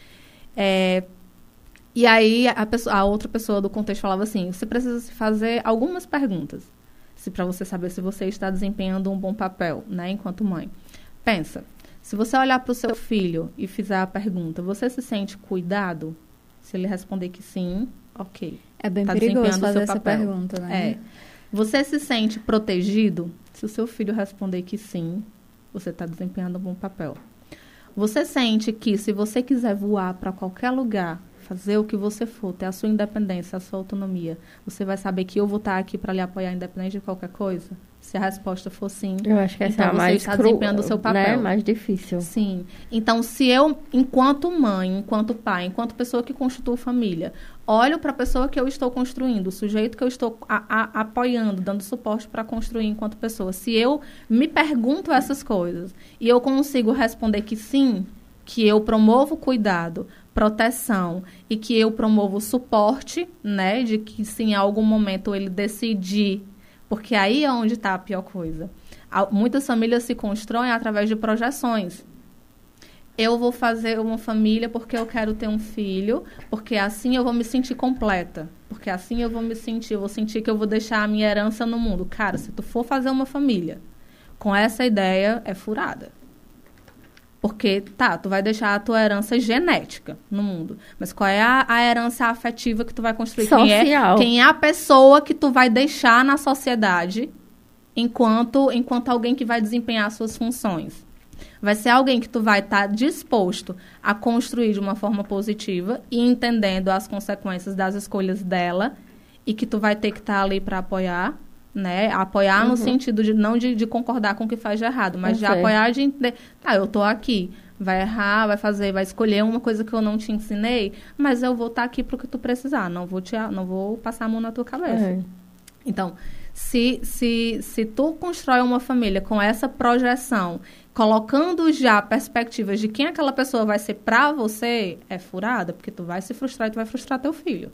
E aí, a outra pessoa do contexto falava assim, você precisa se fazer algumas perguntas para você saber se você está desempenhando um bom papel, né, enquanto mãe. Pensa, se você olhar para o seu filho e fizer a pergunta, você se sente cuidado? Se ele responder que sim, ok. É bem perigoso fazer essa pergunta, né? Você se sente protegido? Se o seu filho responder que sim, você está desempenhando um bom papel. Você sente que se você quiser voar para qualquer lugar, fazer o que você for, ter a sua independência, a sua autonomia, você vai saber que eu vou estar aqui para lhe apoiar independente de qualquer coisa? Se a resposta for sim, eu acho que essa então é a mais você está desempenhando o seu papel. Né? Mais difícil. Sim. Então, se eu, enquanto mãe, enquanto pai, enquanto pessoa que constitui família, olho para a pessoa que eu estou construindo, o sujeito que eu estou apoiando, dando suporte para construir enquanto pessoa, se eu me pergunto essas coisas e eu consigo responder que sim, que eu promovo cuidado, proteção e que eu promovo suporte, né, de que se em algum momento ele decidir, porque aí é onde está a pior coisa. Muitas famílias se constroem através de projeções. Eu vou fazer uma família porque eu quero ter um filho, porque assim eu vou me sentir completa, porque assim eu vou sentir que eu vou deixar a minha herança no mundo. Cara, se tu for fazer uma família com essa ideia, é furada. Porque, tu vai deixar a tua herança genética no mundo. Mas qual é a herança afetiva que tu vai construir? Social. Quem é a pessoa que tu vai deixar na sociedade enquanto alguém que vai desempenhar suas funções? Vai ser alguém que tu vai estar disposto a construir de uma forma positiva e entendendo as consequências das escolhas dela e que tu vai ter que estar ali para apoiar, né? Apoiar no sentido de não de concordar com o que faz de errado, mas de apoiar, de entender, eu tô aqui, vai errar, vai escolher uma coisa que eu não te ensinei, mas eu vou estar aqui para o que tu precisar, não vou passar a mão na tua cabeça. Então, se tu constrói uma família com essa projeção, colocando já perspectivas de quem aquela pessoa vai ser para você, é furada, porque tu vai se frustrar e tu vai frustrar teu filho.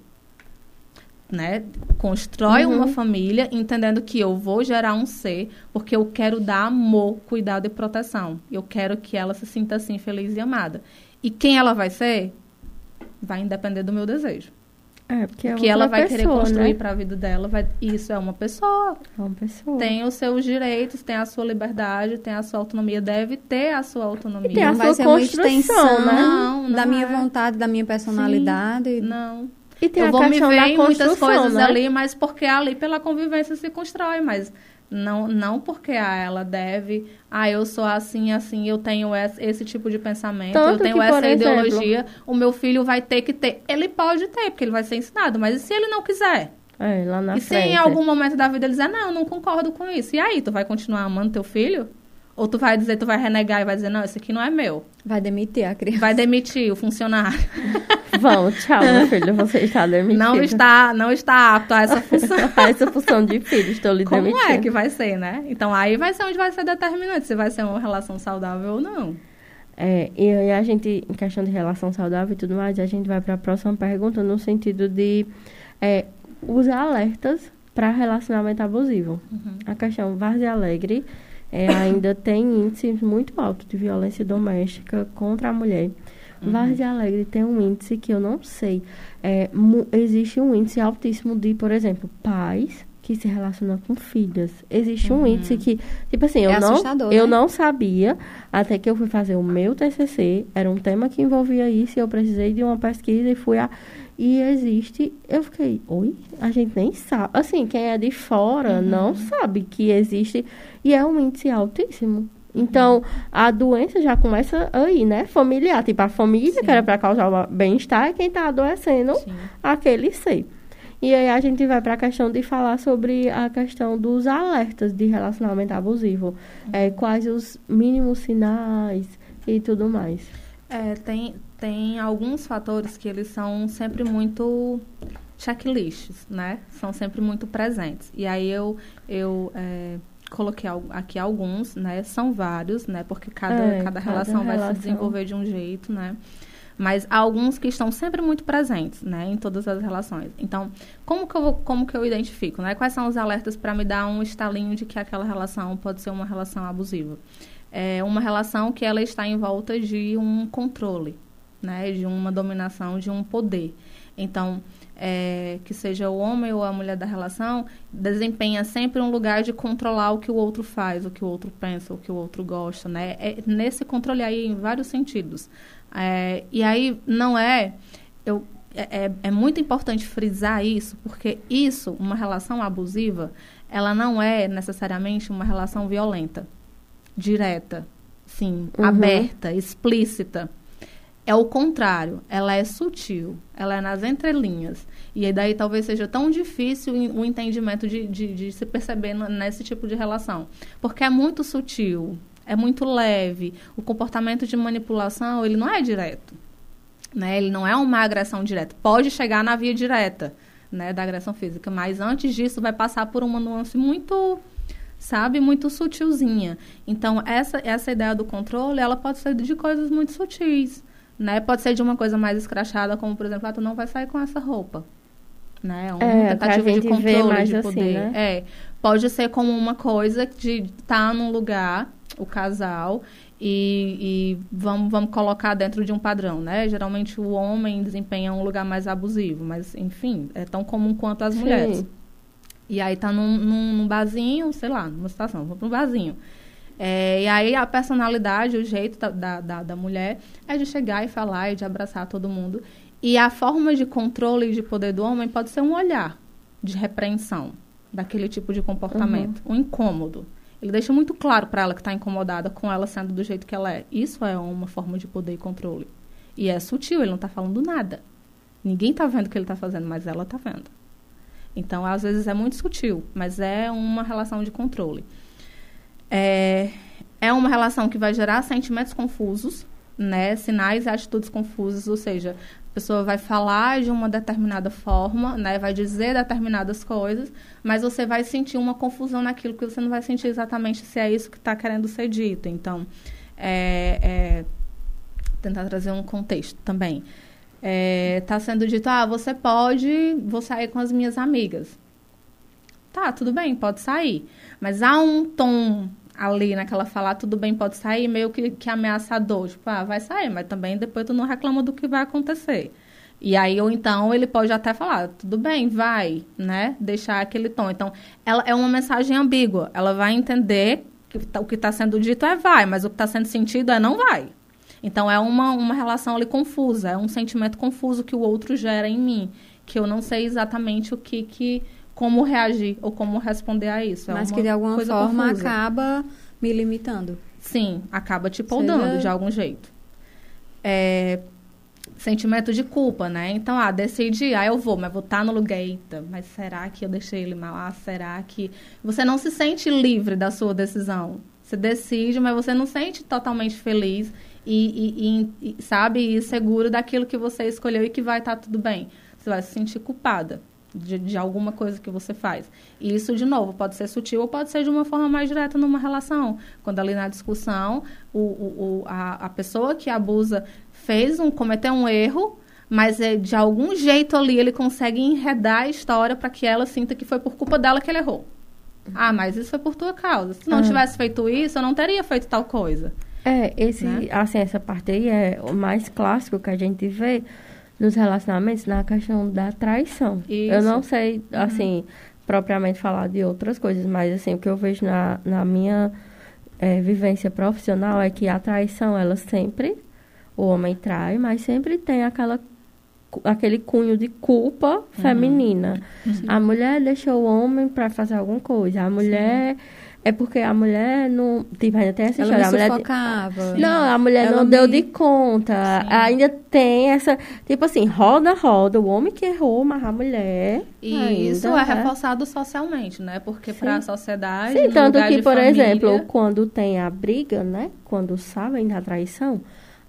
Né? Constrói uma família entendendo que eu vou gerar um ser porque eu quero dar amor, cuidado e proteção. Eu quero que ela se sinta assim, feliz e amada. E quem ela vai ser vai depender do meu desejo. Porque o que ela vai pessoa, querer construir, né, para a vida dela, isso é uma pessoa. É uma pessoa. Tem os seus direitos, tem a sua liberdade, tem a sua autonomia, deve ter a sua autonomia. E tem não vai ser uma extensão, né? Não da minha vontade, da minha personalidade. Sim, não. E tem eu vou me ver em muitas coisas, né, ali, mas porque ali pela convivência se constrói, mas não porque ela deve, eu sou assim, eu tenho esse tipo de pensamento, tanto eu tenho que, essa ideologia, o meu filho vai ter que ter. Ele pode ter, porque ele vai ser ensinado, mas e se ele não quiser? Lá na e frente. Se em algum momento da vida ele dizer, não concordo com isso, e aí, tu vai continuar amando teu filho? Ou tu vai renegar e vai dizer, não, esse aqui não é meu. Vai demitir a criança. Vai demitir o funcionário. Vamos, tchau, meu filho, você está demitido. Não está apto a essa função. A essa função de filho, estou lhe demitindo. Como é que vai ser, né? Então, aí vai ser onde vai ser determinante, se vai ser uma relação saudável ou não. E aí a gente, em questão de relação saudável e tudo mais, a gente vai para a próxima pergunta no sentido de usar alertas para relacionamento abusivo. A questão Várzea Alegre ainda tem índice muito alto de violência doméstica contra a mulher. Várzea Alegre tem um índice que eu não sei. Existe um índice altíssimo de, por exemplo, pais que se relacionam com filhas. Existe um índice que, tipo assim, eu não sabia, até que eu fui fazer o meu TCC, era um tema que envolvia isso, e eu precisei de uma pesquisa e fui E existe, eu fiquei, a gente nem sabe. Assim, quem é de fora não sabe que existe, e é um índice altíssimo. Então, a doença já começa aí, né? Familiar. Tipo, a família, que era para causar o bem-estar, é quem está adoecendo aquele ser. E aí a gente vai para a questão de falar sobre a questão dos alertas de relacionamento Quais os mínimos sinais e tudo mais. Tem tem alguns fatores que eles são sempre muito checklists, né? São sempre muito presentes. E aí eu coloquei aqui alguns, né? São vários, né? Porque cada relação vai se desenvolver de um jeito, né? Mas há alguns que estão sempre muito presentes, né? Em todas as relações. Então, como que eu identifico, né? Quais são os alertas para me dar um estalinho de que aquela relação pode ser uma relação abusiva? É uma relação que ela está em volta de um controle, né? De uma dominação, de um poder. Então, que seja o homem ou a mulher da relação, desempenha sempre um lugar de controlar o que o outro faz, o que o outro pensa, o que o outro gosta, né? É nesse controle aí, em vários sentidos. E aí, não é muito importante frisar isso, porque isso, uma relação abusiva, ela não é necessariamente uma relação violenta, direta, sim, aberta, explícita. É o contrário, ela é sutil, ela é nas entrelinhas. E aí daí talvez seja tão difícil o entendimento de se perceber nesse tipo de relação. Porque é muito sutil, é muito leve. O comportamento de manipulação, ele não é direto, né? Ele não é uma agressão direta. Pode chegar na via direta, né, da agressão física, mas antes disso vai passar por uma nuance muito, sabe, muito sutilzinha. Então, essa ideia do controle, ela pode ser de coisas muito sutis, né? Pode ser de uma coisa mais escrachada, como, por exemplo, tu não vai sair com essa roupa, né? Uma tentativa de controle, de poder. Assim, né? Pode ser como uma coisa de estar num lugar, o casal, e vamos colocar dentro de um padrão, né? Geralmente o homem desempenha um lugar mais abusivo, mas, enfim, é tão comum quanto as mulheres. Sim. E aí tá num barzinho, sei lá, numa situação, vou para um barzinho. E aí a personalidade, o jeito da mulher é de chegar e falar e de abraçar todo mundo. E a forma de controle e de poder do homem pode ser um olhar de repreensão daquele tipo de comportamento, um incômodo. Ele deixa muito claro para ela que está incomodada com ela sendo do jeito que ela é. Isso é uma forma de poder e controle. E é sutil, ele não está falando nada. Ninguém está vendo o que ele está fazendo, mas ela está vendo. Então, às vezes, é muito sutil, mas é uma relação de controle. É uma relação que vai gerar sentimentos confusos, né? Sinais e atitudes confusas, ou seja, a pessoa vai falar de uma determinada forma, né? Vai dizer determinadas coisas, mas você vai sentir uma confusão naquilo que você não vai sentir exatamente se é isso que está querendo ser dito. Então, tentar trazer um contexto também. Está sendo dito, vou sair com as minhas amigas. Tá, tudo bem, pode sair. Mas há um tom ali naquela fala, tudo bem, pode sair, meio que ameaçador. Tipo, vai sair, mas também depois tu não reclama do que vai acontecer. E aí, ou então, ele pode até falar, tudo bem, vai, né? Deixar aquele tom. Então, ela é uma mensagem ambígua. Ela vai entender que o que está sendo dito é vai, mas o que está sendo sentido é não vai. Então, é uma relação ali confusa, é um sentimento confuso que o outro gera em mim, que eu não sei exatamente como reagir ou como responder a isso. Mas que de alguma forma confusa. Acaba me limitando. Sim, acaba te podando de algum jeito. Sentimento de culpa, né? Então, decidi, eu vou, mas vou estar no lugar, eita, mas será que eu deixei ele mal? Será que... Você não se sente livre da sua decisão. Você decide, mas você não se sente totalmente feliz e sabe, seguro daquilo que você escolheu e que vai estar tudo bem. Você vai se sentir culpada de alguma coisa que você faz. E isso, de novo, pode ser sutil ou pode ser de uma forma mais direta numa relação. Quando ali na discussão, a pessoa que abusa cometeu um erro, mas de algum jeito ali ele consegue enredar a história para que ela sinta que foi por culpa dela que ele errou. Mas isso foi por tua causa. Se não tivesse feito isso, eu não teria feito tal coisa. Né? Essa parte aí é o mais clássico que a gente vê nos relacionamentos na questão da traição. Isso. Eu não sei, assim, propriamente falar de outras coisas, mas, assim, o que eu vejo na minha vivência profissional é que a traição, ela sempre, o homem trai, mas sempre tem aquele cunho de culpa feminina. A mulher deixou o homem para fazer alguma coisa. A mulher... É porque a mulher não... Tipo, ainda tem essa história. Ela sufocava. Não, a mulher não deu de conta. Sim. Ainda tem essa... Tipo assim, roda. O homem que errou, mas a mulher... E isso é reforçado socialmente, né? Porque para a sociedade... Sim, tanto que, por exemplo, quando tem a briga, né? Quando sabem da traição,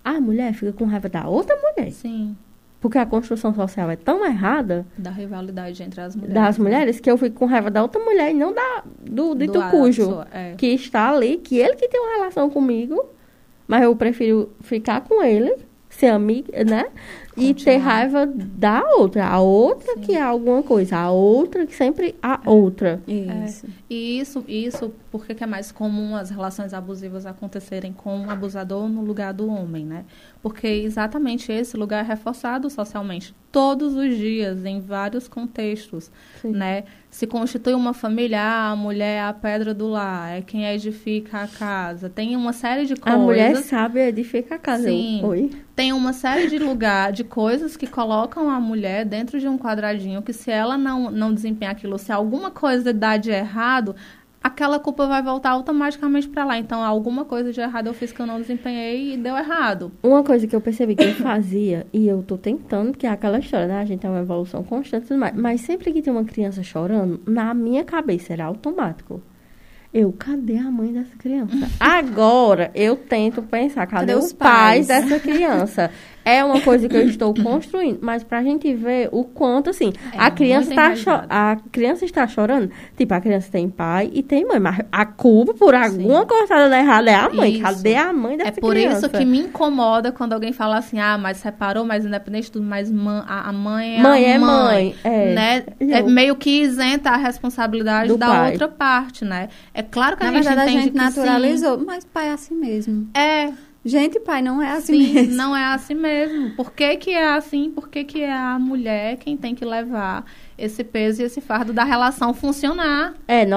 A mulher fica com raiva da outra mulher. Sim. Porque a construção social é tão errada Da rivalidade entre as mulheres. das mulheres que eu fico com raiva da outra mulher e não do dito cujo. Que está ali, que ele que tem uma relação comigo, mas eu prefiro ficar com ele, ser amiga, né? E ter raiva da outra. A outra Sim. que é alguma coisa. A outra que sempre a outra. Isso. E isso porque que é mais comum as relações abusivas acontecerem com um abusador no lugar do homem, né? Porque exatamente esse lugar é reforçado socialmente todos os dias, em vários contextos, Sim. né? Se constitui uma família, a mulher é a pedra do lar, é quem edifica a casa. Tem uma série de coisas... A mulher sabe edificar a casa. Sim. Oi? Tem uma série de coisas que colocam a mulher dentro de um quadradinho que se ela não desempenhar aquilo, se alguma coisa dá de errado, aquela culpa vai voltar automaticamente para lá. Então, alguma coisa de errado eu fiz que eu não desempenhei e deu errado. Uma coisa que eu percebi que eu fazia, e eu tô tentando, que é aquela história, né? A gente tem uma evolução constante e tudo mais. Mas sempre que tem uma criança chorando, na minha cabeça era automático. Cadê a mãe dessa criança? Agora, eu tento pensar, cadê os pais dessa criança? É uma coisa que eu estou construindo, mas pra gente ver o quanto, assim, a criança está chorando, tipo, a criança tem pai e tem mãe, mas a culpa por alguma coisa dar errada é a mãe. Isso. Cadê a mãe dessa criança? É por isso que me incomoda quando alguém fala assim, mas separou, mas independente de tudo, mas a mãe é mãe a mãe. Né? É meio que isenta a responsabilidade da pai. Outra parte, né? É claro que Na verdade, a gente naturalizou, mas pai é assim mesmo. Gente, pai, não é assim mesmo. Não é assim mesmo. Por que é assim? Por que é a mulher quem tem que levar esse peso e esse fardo da relação funcionar?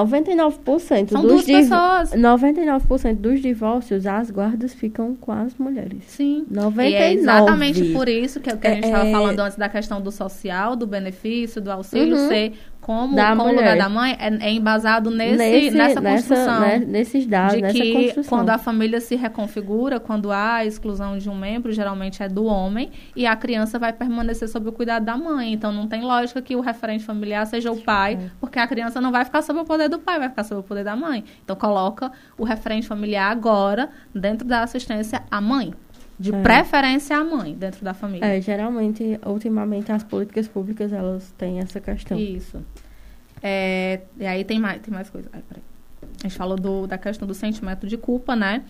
99% São duas pessoas. 99% dos divórcios, as guardas ficam com as mulheres. Sim. 99%. E é exatamente por isso que a gente estava falando antes da questão do social, do benefício, do auxílio ser como o lugar da mãe é embasado nessa construção. Nesses dados, de nessa que construção. Quando a família se reconfigura, quando há a exclusão de um membro, geralmente é do homem, e a criança vai permanecer sob o cuidado da mãe. Então, não tem lógica que o referente familiar seja o pai, porque a criança não vai ficar sob o poder do pai, vai ficar sob o poder da mãe. Então, coloca o referente familiar agora, dentro da assistência, à mãe. De preferência à mãe, dentro da família. Geralmente, ultimamente, as políticas públicas, elas têm essa questão. Isso. E aí tem mais coisa. A gente falou da questão do sentimento de culpa, né?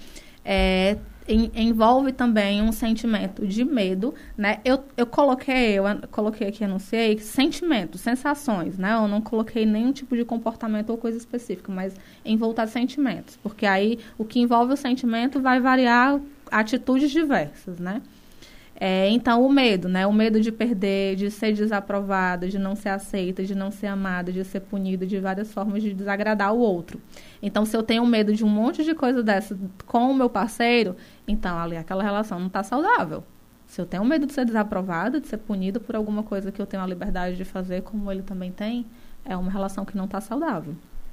Envolve também um sentimento de medo, né? Eu coloquei aqui, anunciei, sentimentos, sensações, né? Eu não coloquei nenhum tipo de comportamento ou coisa específica, mas em voltar a sentimentos. Porque aí, o que envolve o sentimento vai variar atitudes diversas, né? Então, o medo, né? O medo de perder, de ser desaprovada, de não ser aceita, de não ser amada, de ser punida, de várias formas de desagradar o outro. Então, se eu tenho medo de um monte de coisa dessa com o meu parceiro, então, ali, aquela relação não está saudável. Se eu tenho medo de ser desaprovada, de ser punida por alguma coisa que eu tenho a liberdade de fazer, como ele também tem, é uma relação que não está saudável.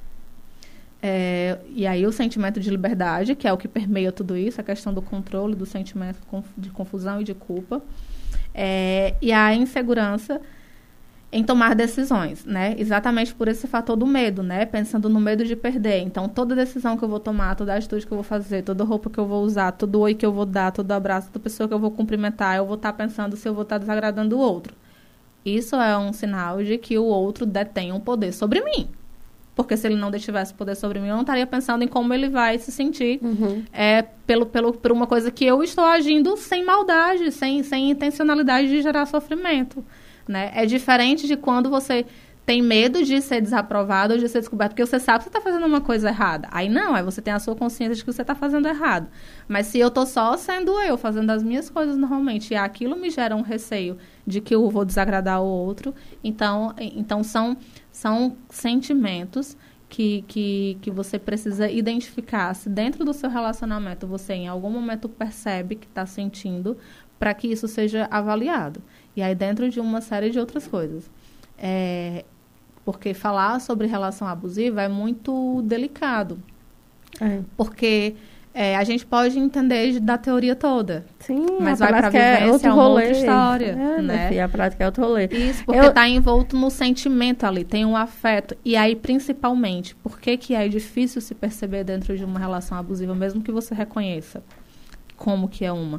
E aí o sentimento de liberdade, que é o que permeia tudo isso, a questão do controle, do sentimento de confusão e de culpa. E a insegurança em tomar decisões, né? Exatamente por esse fator do medo, né? Pensando no medo de perder. Então, toda decisão que eu vou tomar, toda atitude que eu vou fazer, toda roupa que eu vou usar, todo oi que eu vou dar, todo abraço, toda pessoa que eu vou cumprimentar, eu vou estar pensando se eu vou estar desagradando o outro. Isso é um sinal de que o outro detém um poder sobre mim. Porque se ele não tivesse poder sobre mim, eu não estaria pensando em como ele vai se sentir por uma coisa que eu estou agindo sem maldade, sem intencionalidade de gerar sofrimento, né? É diferente de quando você tem medo de ser desaprovado ou de ser descoberto, porque você sabe que você está fazendo uma coisa errada. Aí não, aí você tem a sua consciência de que você está fazendo errado. Mas se eu estou só sendo eu, fazendo as minhas coisas normalmente, e aquilo me gera um receio de que eu vou desagradar o outro, então são sentimentos que você precisa identificar. Se dentro do seu relacionamento você em algum momento percebe que está sentindo, para que isso seja avaliado. E aí dentro de uma série de outras coisas. Porque falar sobre relação abusiva é muito delicado. Porque a gente pode entender da teoria toda. Sim, mas vai para a vivência, é uma outra história. Né? A prática é outro rolê. Isso, porque está envolto no sentimento ali, tem um afeto. E aí, principalmente, por que é difícil se perceber dentro de uma relação abusiva, mesmo que você reconheça como que é uma?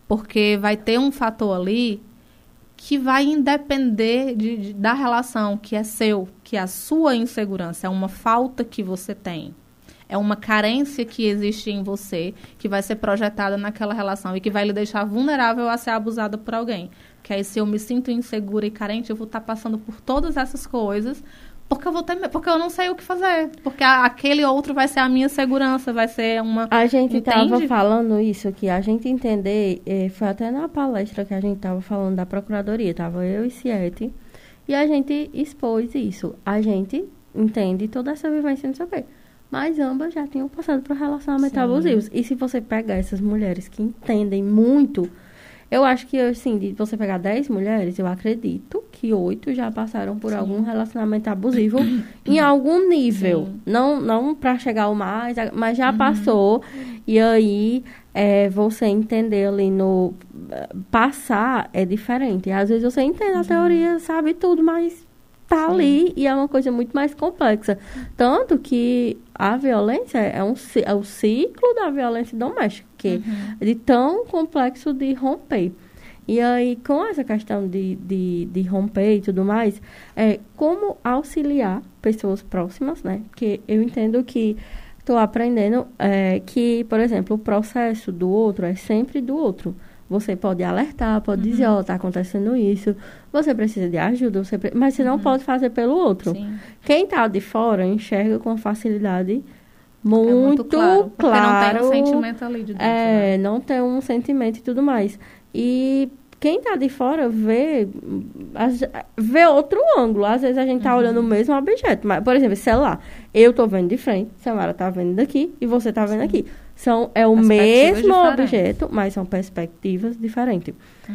Porque vai ter um fator ali que vai independer da relação que é seu, que é a sua insegurança, é uma falta que você tem. É uma carência que existe em você, que vai ser projetada naquela relação e que vai lhe deixar vulnerável a ser abusada por alguém. Porque aí, se eu me sinto insegura e carente, eu vou estar passando por todas essas coisas, porque eu não sei o que fazer. Porque aquele outro vai ser a minha segurança, vai ser uma... A gente estava Entende? falando isso aqui, a gente entender, foi até na palestra que a gente estava falando da Procuradoria, estava eu e Siete, e a gente expôs isso. A gente entende toda essa vivência, não sei o quê. Mas ambas já tinham passado por relacionamentos abusivos. E se você pegar essas mulheres que entendem muito, eu acho que, assim, de você pegar 10 mulheres, eu acredito que 8 já passaram por algum relacionamento abusivo em algum nível. Sim. Não para chegar ao mais, mas já passou. E aí, você entender ali no... Passar é diferente. Às vezes você entende a teoria, sabe tudo, mas... tá ali e é uma coisa muito mais complexa. Tanto que a violência é o ciclo da violência doméstica, que é de tão complexo de romper. E aí, com essa questão de romper e tudo mais, como auxiliar pessoas próximas, né? Porque eu entendo que estou aprendendo que, por exemplo, o processo do outro é sempre do outro. Você pode alertar, pode dizer, tá acontecendo isso, você precisa de ajuda, mas você não pode fazer pelo outro. Sim. Quem está de fora enxerga com facilidade muito claro. Porque não tem um sentimento ali de dentro. Né? Não tem um sentimento e tudo mais. E quem está de fora vê outro ângulo. Às vezes a gente está olhando o mesmo objeto. Mas, por exemplo, celular. Eu estou vendo de frente, Samara está vendo daqui e você está vendo aqui. É o mesmo objeto, mas são perspectivas diferentes.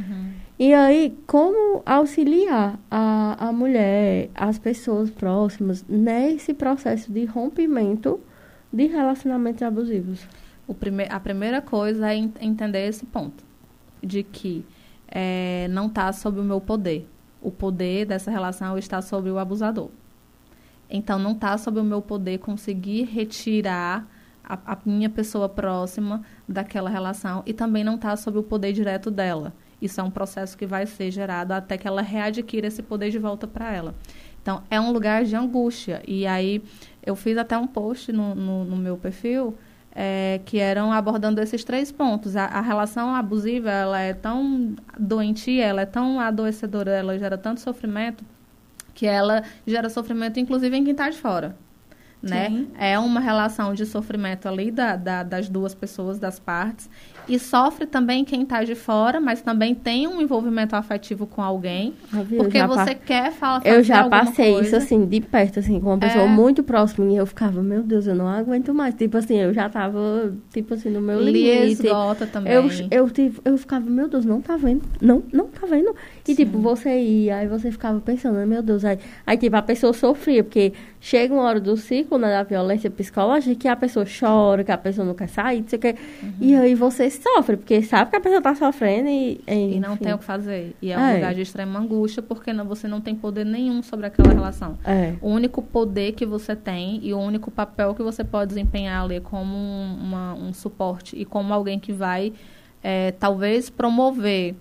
E aí, como auxiliar a mulher, as pessoas próximas, nesse processo de rompimento de relacionamentos abusivos? A primeira coisa é entender esse ponto, de que não está sob o meu poder. O poder dessa relação está sobre o abusador. Então, não está sob o meu poder conseguir retirar a minha pessoa próxima daquela relação e também não está sob o poder direto dela. Isso é um processo que vai ser gerado até que ela readquira esse poder de volta para ela. Então, é um lugar de angústia. E aí, eu fiz até um post no meu perfil que eram abordando esses 3 pontos. A relação abusiva, ela é tão doentia, ela é tão adoecedora, ela gera tanto sofrimento, que ela gera sofrimento, inclusive, em quem está de fora. Né? É uma relação de sofrimento ali das duas pessoas, das partes. E sofre também quem está de fora, mas também tem um envolvimento afetivo com alguém. Porque você quer fazer Eu já alguma passei coisa. isso, assim, de perto, assim, com uma pessoa muito próxima. E eu ficava, meu Deus, eu não aguento mais. Tipo assim, eu já tava, tipo assim, no meu limite. Esgota também. Eu ficava, meu Deus, não tá vendo. Não tá vendo. E, tipo, você ia, aí você ficava pensando, meu Deus. Aí, tipo, a pessoa sofria, porque chega uma hora do ciclo, né, da violência psicológica, que a pessoa chora, que a pessoa não quer sair, não sei o quê. E aí você sofre, porque sabe que a pessoa tá sofrendo e não tem o que fazer. E é um lugar de extrema angústia, porque você não tem poder nenhum sobre aquela relação. O único poder que você tem e o único papel que você pode desempenhar ali como um suporte e como alguém que vai, talvez, promover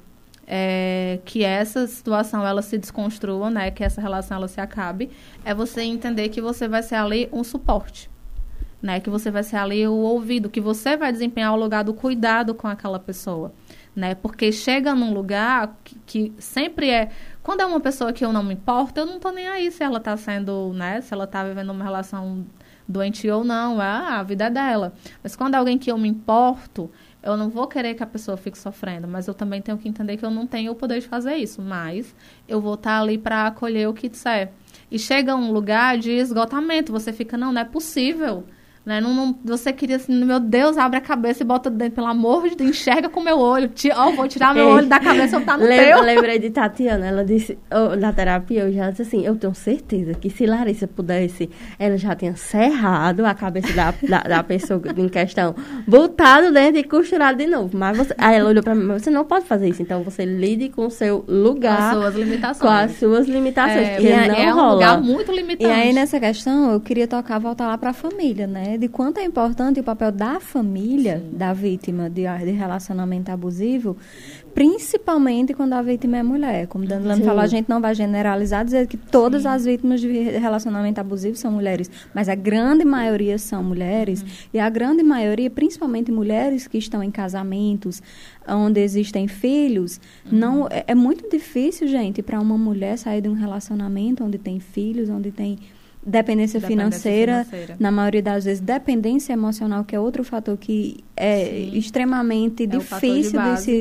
que essa situação ela se desconstrua, né, que essa relação ela se acabe, é você entender que você vai ser ali um suporte, né, que você vai ser ali o ouvido, que você vai desempenhar o lugar do cuidado com aquela pessoa, né, porque chega num lugar que sempre quando é uma pessoa que eu não me importo, eu não tô nem aí se ela tá sendo, né, se ela tá vivendo uma relação doentia ou não, a vida é dela, mas quando é alguém que eu me importo, eu não vou querer que a pessoa fique sofrendo, mas eu também tenho que entender que eu não tenho o poder de fazer isso, mas eu vou estar ali para acolher o que disser. E chega um lugar de esgotamento, você fica, não é possível, né? Você queria assim, meu Deus, abre a cabeça e bota dentro, pelo amor de Deus, enxerga com o meu olho, vou tirar meu olho da cabeça, eu tá no teu. Lembrei de Tatiana, ela disse, na terapia, eu já disse assim, eu tenho certeza que se Larissa pudesse, ela já tinha serrado a cabeça da pessoa em questão, botado dentro e costurado de novo. Aí ela olhou pra mim, mas você não pode fazer isso, então você lide com o seu lugar. Com as suas limitações. Com as suas limitações, e não é rola. Um lugar muito limitante. E aí, nessa questão, eu queria voltar lá pra família, né? né, de quanto é importante o papel da família, da vítima de relacionamento abusivo, principalmente quando a vítima é mulher. Como Danilane falou, a gente não vai generalizar, dizer que todas as vítimas de relacionamento abusivo são mulheres, mas a grande maioria são mulheres, e a grande maioria, principalmente mulheres que estão em casamentos, onde existem filhos, não é muito difícil, gente, para uma mulher sair de um relacionamento onde tem filhos, onde tem dependência financeira, na maioria das vezes dependência emocional, que é outro fator que é extremamente difícil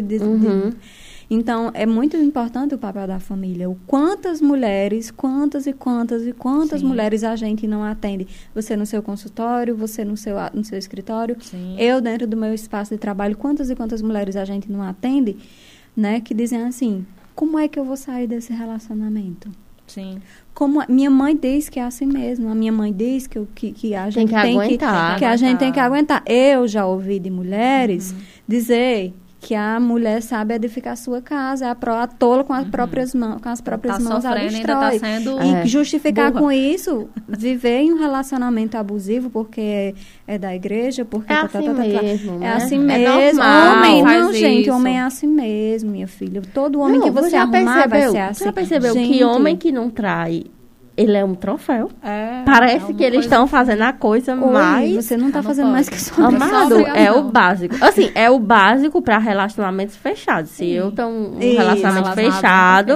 de então, é muito importante o papel da família. Quantas mulheres, quantas mulheres a gente não atende? Você no seu consultório, você no seu escritório, eu dentro do meu espaço de trabalho, quantas e quantas mulheres a gente não atende, né? Que dizem assim, como é que eu vou sair desse relacionamento? Sim. Como minha mãe diz que é assim mesmo. A minha mãe diz que a gente tem que aguentar. Eu já ouvi de mulheres dizer que a mulher sabe edificar a sua casa, a tola com as próprias mãos, ela destrói. E justificar com isso, viver em um relacionamento abusivo, porque é da igreja, porque... É assim mesmo, né? É assim mesmo. Homem, não, gente, homem é assim mesmo, minha filha. Todo homem que você arrumar vai ser assim. Você já percebeu que homem que não trai, ele é um troféu. Parece que eles estão fazendo a coisa mais... Você não está fazendo mais que sua amado, é o básico. Assim, é o básico para relacionamentos fechados. Se eu tenho um relacionamento fechado,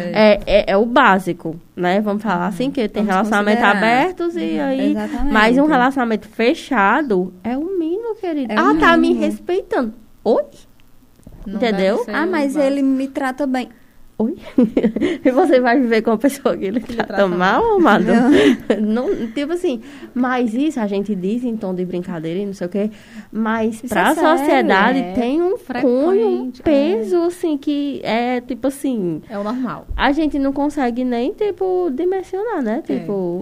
é o básico, né? Vamos falar assim, que tem relacionamentos abertos e aí... Exatamente. Mas um relacionamento fechado é o mínimo, querido. Tá me respeitando. Oi? Não entendeu? Mas ele me trata bem. Oi? E você vai viver com uma pessoa que ele trata mal, amado? Não, tipo assim, mas isso a gente diz em tom de brincadeira e não sei o quê, mas isso pra sociedade tem um cunho, um peso, assim, que é, tipo assim... É o normal. A gente não consegue nem, tipo, dimensionar, né? Tipo...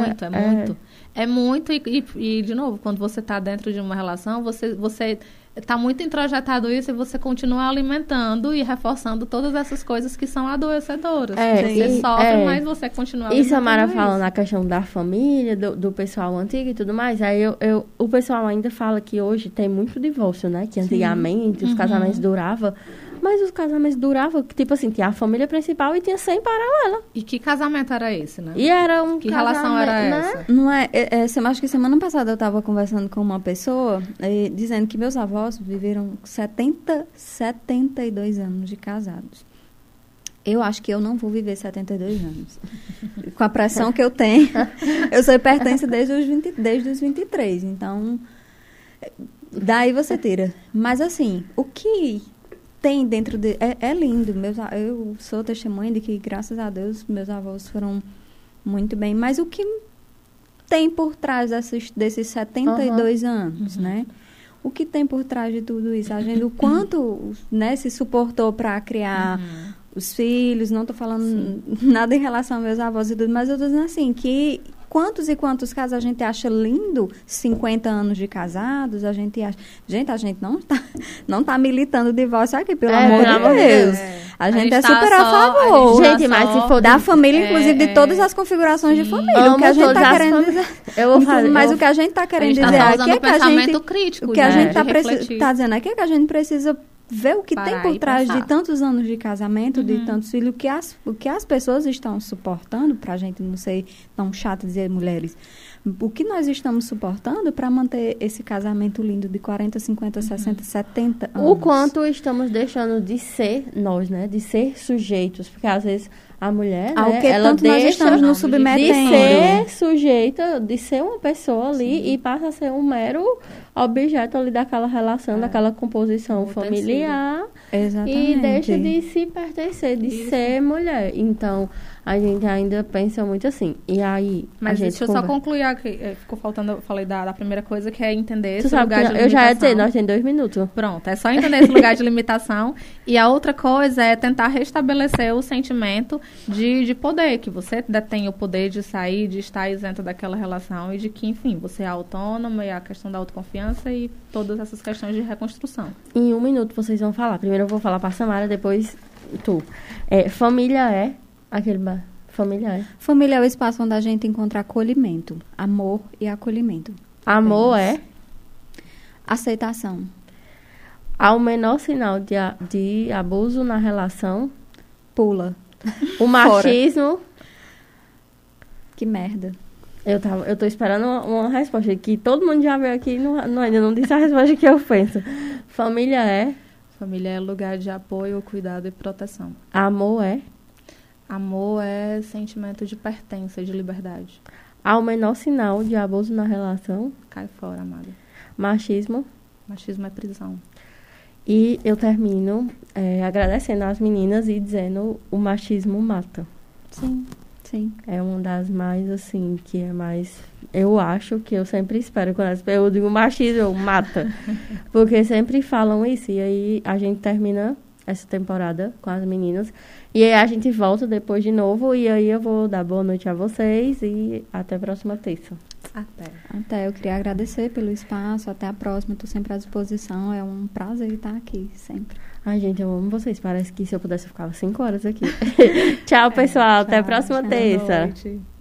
É muito, e de novo, quando você tá dentro de uma relação, você tá muito introjetado isso e você continua alimentando e reforçando todas essas coisas que são adoecedoras. Você sofre, mas você continua alimentando isso. A Mara fala na questão da família, do pessoal antigo e tudo mais. Aí o pessoal ainda fala que hoje tem muito divórcio, né? Que antigamente os casamentos duravam. Mas os casamentos duravam, tipo assim, tinha a família principal e tinha 100 paralela. E que casamento era esse, né? E era que relação era essa? Né? Não acho que semana passada eu estava conversando com uma pessoa dizendo que meus avós viveram 72 anos de casados. Eu acho que eu não vou viver 72 anos. Com a pressão que eu tenho. Eu sou hipertensa desde os 23. Então, daí você tira. Mas assim, o que tem dentro de... É lindo. Eu sou testemunha de que, graças a Deus, meus avós foram muito bem. Mas o que tem por trás desses 72 anos, né? O que tem por trás de tudo isso? A gente, o quanto, né, se suportou para criar os filhos. Não estou falando nada em relação aos meus avós e tudo, mas eu estou dizendo assim, que... Quantos e quantos casos a gente acha lindo, 50 anos de casados, a gente acha... Gente, a gente não tá militando o divórcio aqui, pelo amor de Deus. A gente é super a favor. Gente, mas se for da família, inclusive, de todas as configurações de família. O que a gente tá querendo dizer... Mas o que a gente tá querendo dizer aqui é que a gente... crítico, o que a gente tá dizendo aqui é que a gente precisa ver o que tem por trás de tantos anos de casamento, de tantos filhos, o que as pessoas estão suportando, para a gente não ser tão chato dizer mulheres, o que nós estamos suportando para manter esse casamento lindo de 40, 50, 60, 70 anos. O quanto estamos deixando de ser nós, né? De ser sujeitos, porque às vezes a mulher, né, que ela deixa nós estamos nos submetendo. De ser sujeita, de ser uma pessoa ali e passa a ser um mero objeto ali daquela relação, daquela composição familiar. Exatamente. E deixa de se pertencer, de ser mulher. Então, a gente ainda pensa muito assim. E aí, mas deixa eu só concluir aqui. Ficou faltando, eu falei da primeira coisa, que é entender esse lugar de limitação. Eu já ia dizer, nós temos 2 minutos. Pronto, é só entender esse lugar de limitação. E a outra coisa é tentar restabelecer o sentimento de poder, que você tem o poder de sair, de estar isento daquela relação e de que, enfim, você é autônoma e a questão da autoconfiança e todas essas questões de reconstrução. Em 1 minuto vocês vão falar. Primeiro eu vou falar para a Samara, depois tu. Família é aquele... Família é. Família é o espaço onde a gente encontra acolhimento, amor e acolhimento. Amor é? Aceitação. Há o menor sinal de abuso na relação? Pula. O machismo? Que merda. Eu tô esperando uma resposta que todo mundo já veio aqui e ainda não disse a resposta que eu penso. Família é? Família é lugar de apoio, cuidado e proteção. Amor é? Amor é sentimento de pertença, de liberdade. Há o menor sinal de abuso na relação? Cai fora, amada. Machismo? Machismo é prisão. E eu termino agradecendo às meninas e dizendo: o machismo mata. Sim. É uma das mais, assim, que é mais... Eu acho que eu sempre espero quando eu digo machismo, mata. Porque sempre falam isso. E aí a gente termina essa temporada com as meninas. E aí a gente volta depois de novo. E aí eu vou dar boa noite a vocês e até a próxima terça. Até. Eu queria agradecer pelo espaço. Até a próxima. Estou sempre à disposição. É um prazer estar aqui, sempre. Ai, gente, eu amo vocês. Parece que se eu pudesse eu ficava 5 horas aqui. Tchau, pessoal. Até a próxima terça. Boa noite.